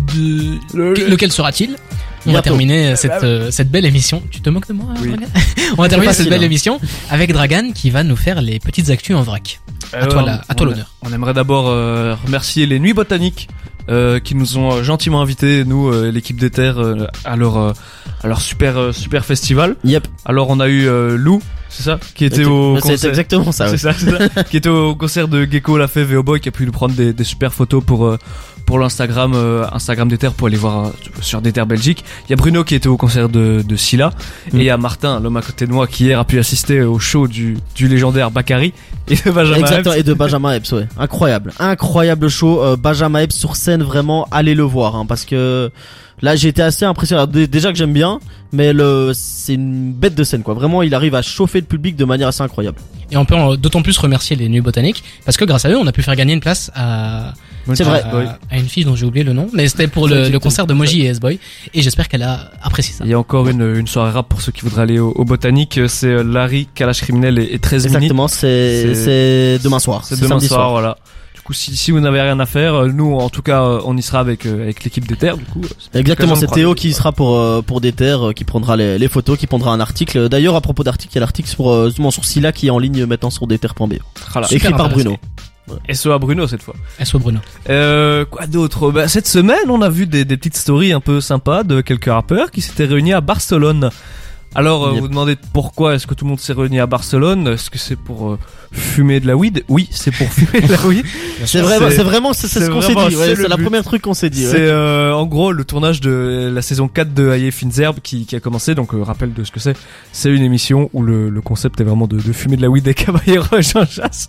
de lequel sera-t-il. On va terminer cette belle émission. Tu te moques de moi, Dragan? On va terminer cette belle émission avec Dragan qui va nous faire les petites actus en vrac. À toi l'honneur. On aimerait d'abord remercier les Nuits Botaniques qui nous ont gentiment invités, nous, l'équipe des Terres, à leur super festival. Yep. Alors on a eu Lou, c'est ça, qui était au concert. C'est exactement ça. C'est ça. Qui était au concert de Gecko, La Fève et Boy, qui a pu nous prendre des super photos pour l'Instagram Instagram des Terres, pour aller voir sur des Terres Belgique. Il y a Bruno qui était au concert de Scylla, et il y a Martin, l'homme à côté de moi, qui hier a pu assister au show du légendaire Bakary et de Benjamin Exactement, Epps. et de Benjamin Epps, ouais. Incroyable show. Benjamin Epps sur scène, vraiment, allez le voir, hein, parce que là j'ai été assez impressionné. Alors, déjà que j'aime bien, mais c'est une bête de scène, quoi. Vraiment, il arrive à chauffer le public de manière assez incroyable. Et on peut d'autant plus remercier les Nuits Botaniques, parce que grâce à eux on a pu faire gagner une place à une fille dont j'ai oublié le nom, mais c'était pour le concert de Moji et S-Boy, et j'espère qu'elle a apprécié ça. Il y a encore une soirée rap pour ceux qui voudraient aller au Botanique. C'est Larry, Kalash Criminel et 13 minutes. Exactement, c'est demain soir. C'est demain soir, voilà. Du coup, si vous n'avez rien à faire, nous, en tout cas, on y sera avec l'équipe des Terres, du coup. Exactement, c'est Théo qui sera pour des Terres, qui prendra les photos, qui prendra un article. D'ailleurs, à propos d'article, il y a l'article sur Scylla qui est en ligne maintenant sur desterres.be. Voilà. Écrit par Bruno. SO à Bruno cette fois. SO Bruno. Quoi d'autre? Bah, cette semaine, on a vu des petites stories un peu sympas de quelques rappeurs qui s'étaient réunis à Barcelone. Alors, vous demandez pourquoi est-ce que tout le monde s'est réuni à Barcelone? Est-ce que c'est pour fumer de la weed? Oui, c'est pour fumer de la weed. C'est vraiment ce qu'on s'est dit. Ouais, c'est la première truc qu'on s'est dit. Ouais. C'est en gros le tournage de la saison 4 de Aïe Finzerbe qui a commencé. Donc rappel de ce que c'est. C'est une émission où le concept est vraiment de fumer de la weed des Caballero Jean Jass.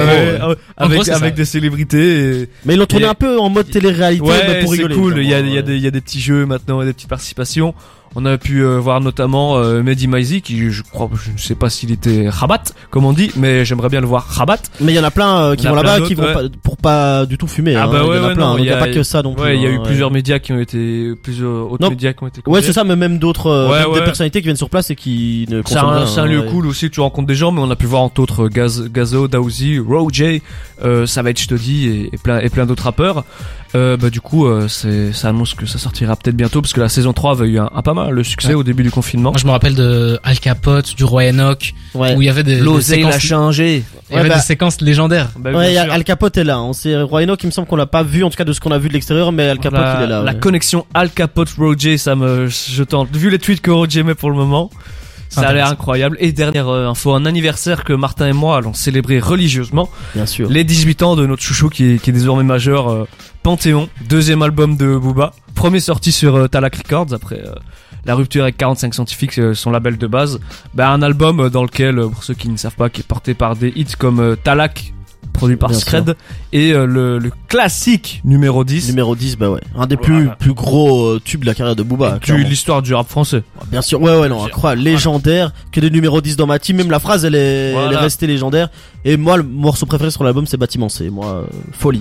Avec des célébrités. Mais ils l'ont tourné un peu en mode télé-réalité, ouais, pour rigoler. C'est cool. Il y a des petits jeux maintenant, des petites participations. On a pu voir notamment Mehdi Maizi qui je ne sais pas s'il était Rabat comme on dit, mais j'aimerais bien le voir Rabat. Mais il y en a plein qui vont là-bas qui vont pour pas du tout fumer. Ah bah il y en a plein. Il y a pas que ça non plus. Ouais, il y a eu plusieurs médias qui ont été médias qui ont été. Ouais, c'est ça, mais même d'autres des personnalités qui viennent sur place et qui ne consomment rien. C'est un lieu cool aussi, tu rencontres des gens, mais on a pu voir entre autres Gazo, Daouzi, Rojay, Savage Study et plein d'autres rappeurs. Du coup, ça annonce que ça sortira peut-être bientôt parce que la saison 3 avait eu un pas mal le succès au début du confinement. Moi, je me rappelle de Al Capote, du Roi Enoch, où il y avait des séquences. L'a changé. Il y avait des séquences légendaires. Al Capote est là. C'est Roi Enoch, il me semble qu'on l'a pas vu, en tout cas de ce qu'on a vu de l'extérieur, mais Al Capote il est là. La connexion Al Capote Rojay, je tente. Vu les tweets que Rojay met pour le moment. Ça a l'air incroyable. Et dernière info, un anniversaire que Martin et moi allons célébrer religieusement. Bien sûr. Les 18 ans de notre chouchou qui est désormais majeur, Panthéon, deuxième album de Booba, premier sorti sur Talak Records après la rupture avec 45 Scientifiques, son label de base. Un album dans lequel, pour ceux qui ne savent pas, qui est porté par des hits comme Talak, produit par Scred, et le classique numéro 10. Numéro 10, bah ouais. Un des plus gros tubes de la carrière de Booba. L'histoire du rap français. Bien sûr, ouais, non, incroyable, légendaire, que des numéros 10 dans ma team, même la phrase elle est restée légendaire. Et moi, le morceau préféré sur l'album c'est Bâtiment C, moi, folie.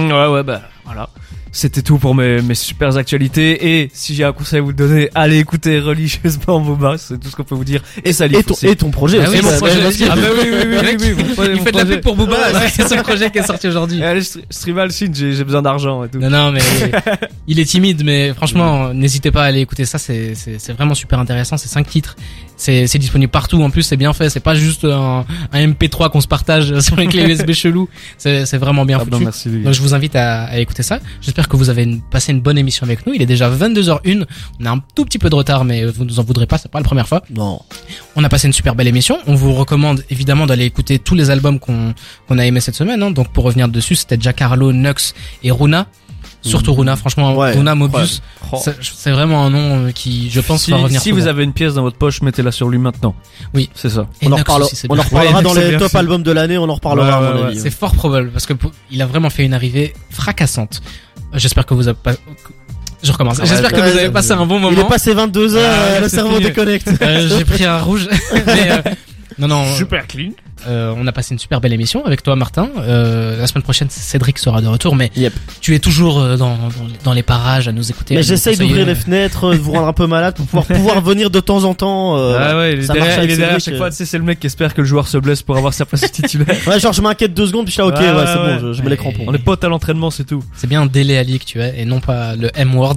Voilà. C'était tout pour mes super actualités. Et si j'ai un conseil à vous donner, allez écouter religieusement Booba, c'est tout ce qu'on peut vous dire. Et ça et ton projet aussi. Oui, mon projet. Ah bah oui. Il fait de la pub pour Booba, c'est son projet qui est sorti aujourd'hui. Allez, Streamal Scene, j'ai besoin d'argent et tout. Non, mais il est timide, mais franchement, n'hésitez pas à aller écouter ça, c'est vraiment super intéressant, c'est 5 titres. C'est disponible partout, en plus c'est bien fait, c'est pas juste un MP3 qu'on se partage sur une clé USB chelou, c'est vraiment bien foutu. Merci, donc je vous invite à écouter ça. J'espère que vous avez passé une bonne émission avec nous. Il est déjà 22h01, on a un tout petit peu de retard, mais vous nous en voudrez pas, c'est pas la première fois. Non. On a passé une super belle émission, on vous recommande évidemment d'aller écouter tous les albums qu'on a aimé cette semaine, hein. Donc pour revenir dessus, c'était Jack Harlow, Nux et Runa. Surtout Runa, franchement, Runa Mobius, c'est vraiment un nom qui, je pense, va revenir. Si vous avez une pièce dans votre poche, mettez-la sur lui maintenant. Oui, c'est ça. Et on en reparlera dans les top albums de l'année, on en reparlera à mon avis. C'est fort probable parce que il a vraiment fait une arrivée fracassante. J'espère que vous avez pas. Je recommence. J'espère que vous avez passé un bon moment. Il est passé 22 heures, le cerveau déconnecte. J'ai pris un rouge. Mais non. Super clean. On a passé une super belle émission avec toi, Martin. La semaine prochaine, Cédric sera de retour, mais tu es toujours dans les parages à nous écouter. Mais j'essaye d'ouvrir les fenêtres, de vous rendre un peu malade pour pouvoir venir de temps en temps. Il est derrière à chaque fois. Tu sais, c'est le mec qui espère que le joueur se blesse pour avoir sa place titulaire. Ouais, genre je m'inquiète 2 secondes puis je suis là, c'est bon, je mets les crampons. On est potes à l'entraînement, c'est tout. C'est bien un délai à ligue, tu vois, et non pas le M-word.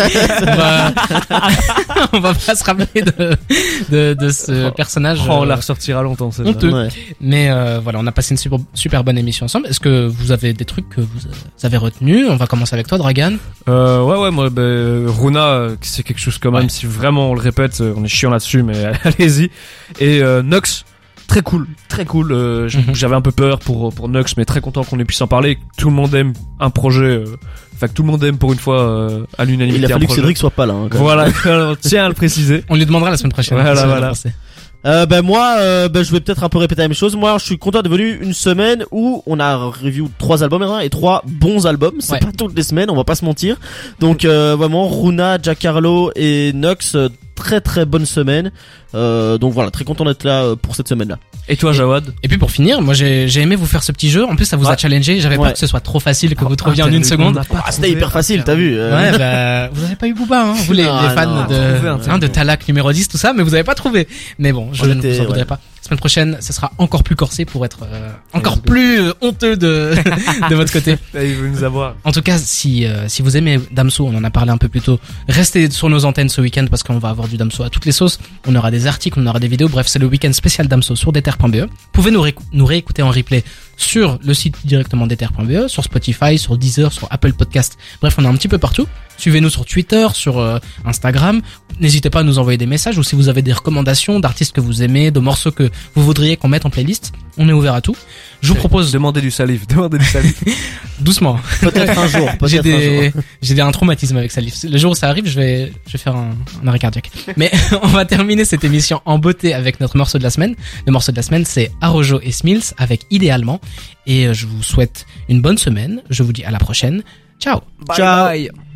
On va pas se rappeler de ce personnage. On la ressortira longtemps, c'est honteux. Ouais. Mais voilà, on a passé une super bonne émission ensemble. Est-ce que vous avez des trucs que vous avez retenus? On va commencer avec toi, Dragan. Ouais, moi, Runa, c'est quelque chose quand même. Si vraiment on le répète, on est chiant là-dessus, mais allez-y. Et Nux, très cool. J'avais un peu peur pour Nux, mais très content qu'on ait pu s'en parler. Tout le monde aime un projet. Enfin, que tout le monde aime pour une fois à l'unanimité. Il a fallu que Cédric soit pas là. Hein, voilà, on tient à le préciser. On lui demandera la semaine prochaine. Voilà. Moi, je vais peut-être un peu répéter la même chose. Moi, je suis content d'être venu une semaine où on a review 3 albums et 3 bons albums. C'est pas toutes les semaines, on va pas se mentir. Donc, vraiment, Runa, Jack Harlow et Nux, très très bonne semaine. Donc voilà, très content d'être là pour cette semaine-là. Et toi, Jawad? Et puis pour finir, moi j'ai aimé vous faire ce petit jeu. En plus, ça vous a challengé. J'avais peur que ce soit trop facile, que vous trouviez en une seconde. C'était hyper facile, t'as vu. Vous avez pas eu Booba, hein, vous les fans de Talak numéro 10, tout ça, mais vous avez pas trouvé. Mais bon, je ne vous en voudrais pas. La semaine prochaine, ce sera encore plus corsé pour être encore plus honteux de votre côté. Il veut nous avoir. En tout cas, si vous aimez Damso, on en a parlé un peu plus tôt, restez sur nos antennes ce week-end parce qu'on va avoir du Damso à toutes les sauces. On aura des articles, on aura des vidéos. Bref, c'est le week-end spécial Damso sur Déter.be. Vous pouvez nous réécouter en replay sur le site directement d'Ether.be, sur Spotify, sur Deezer, sur Apple Podcast. Bref, on est un petit peu partout. Suivez-nous sur Twitter, sur Instagram. N'hésitez pas à nous envoyer des messages ou si vous avez des recommandations d'artistes que vous aimez, de morceaux que vous voudriez qu'on mette en playlist. On est ouvert à tout. Je vous propose... Demandez du salif. Doucement. Peut-être un jour. J'ai un traumatisme avec Salif. Le jour où ça arrive, je vais faire un arrêt cardiaque. Mais on va terminer cette émission en beauté avec notre morceau de la semaine. Le morceau de la semaine, c'est Arojo et Smills avec Idéalement. Et je vous souhaite une bonne semaine. Je vous dis à la prochaine. Ciao. Ciao. Bye.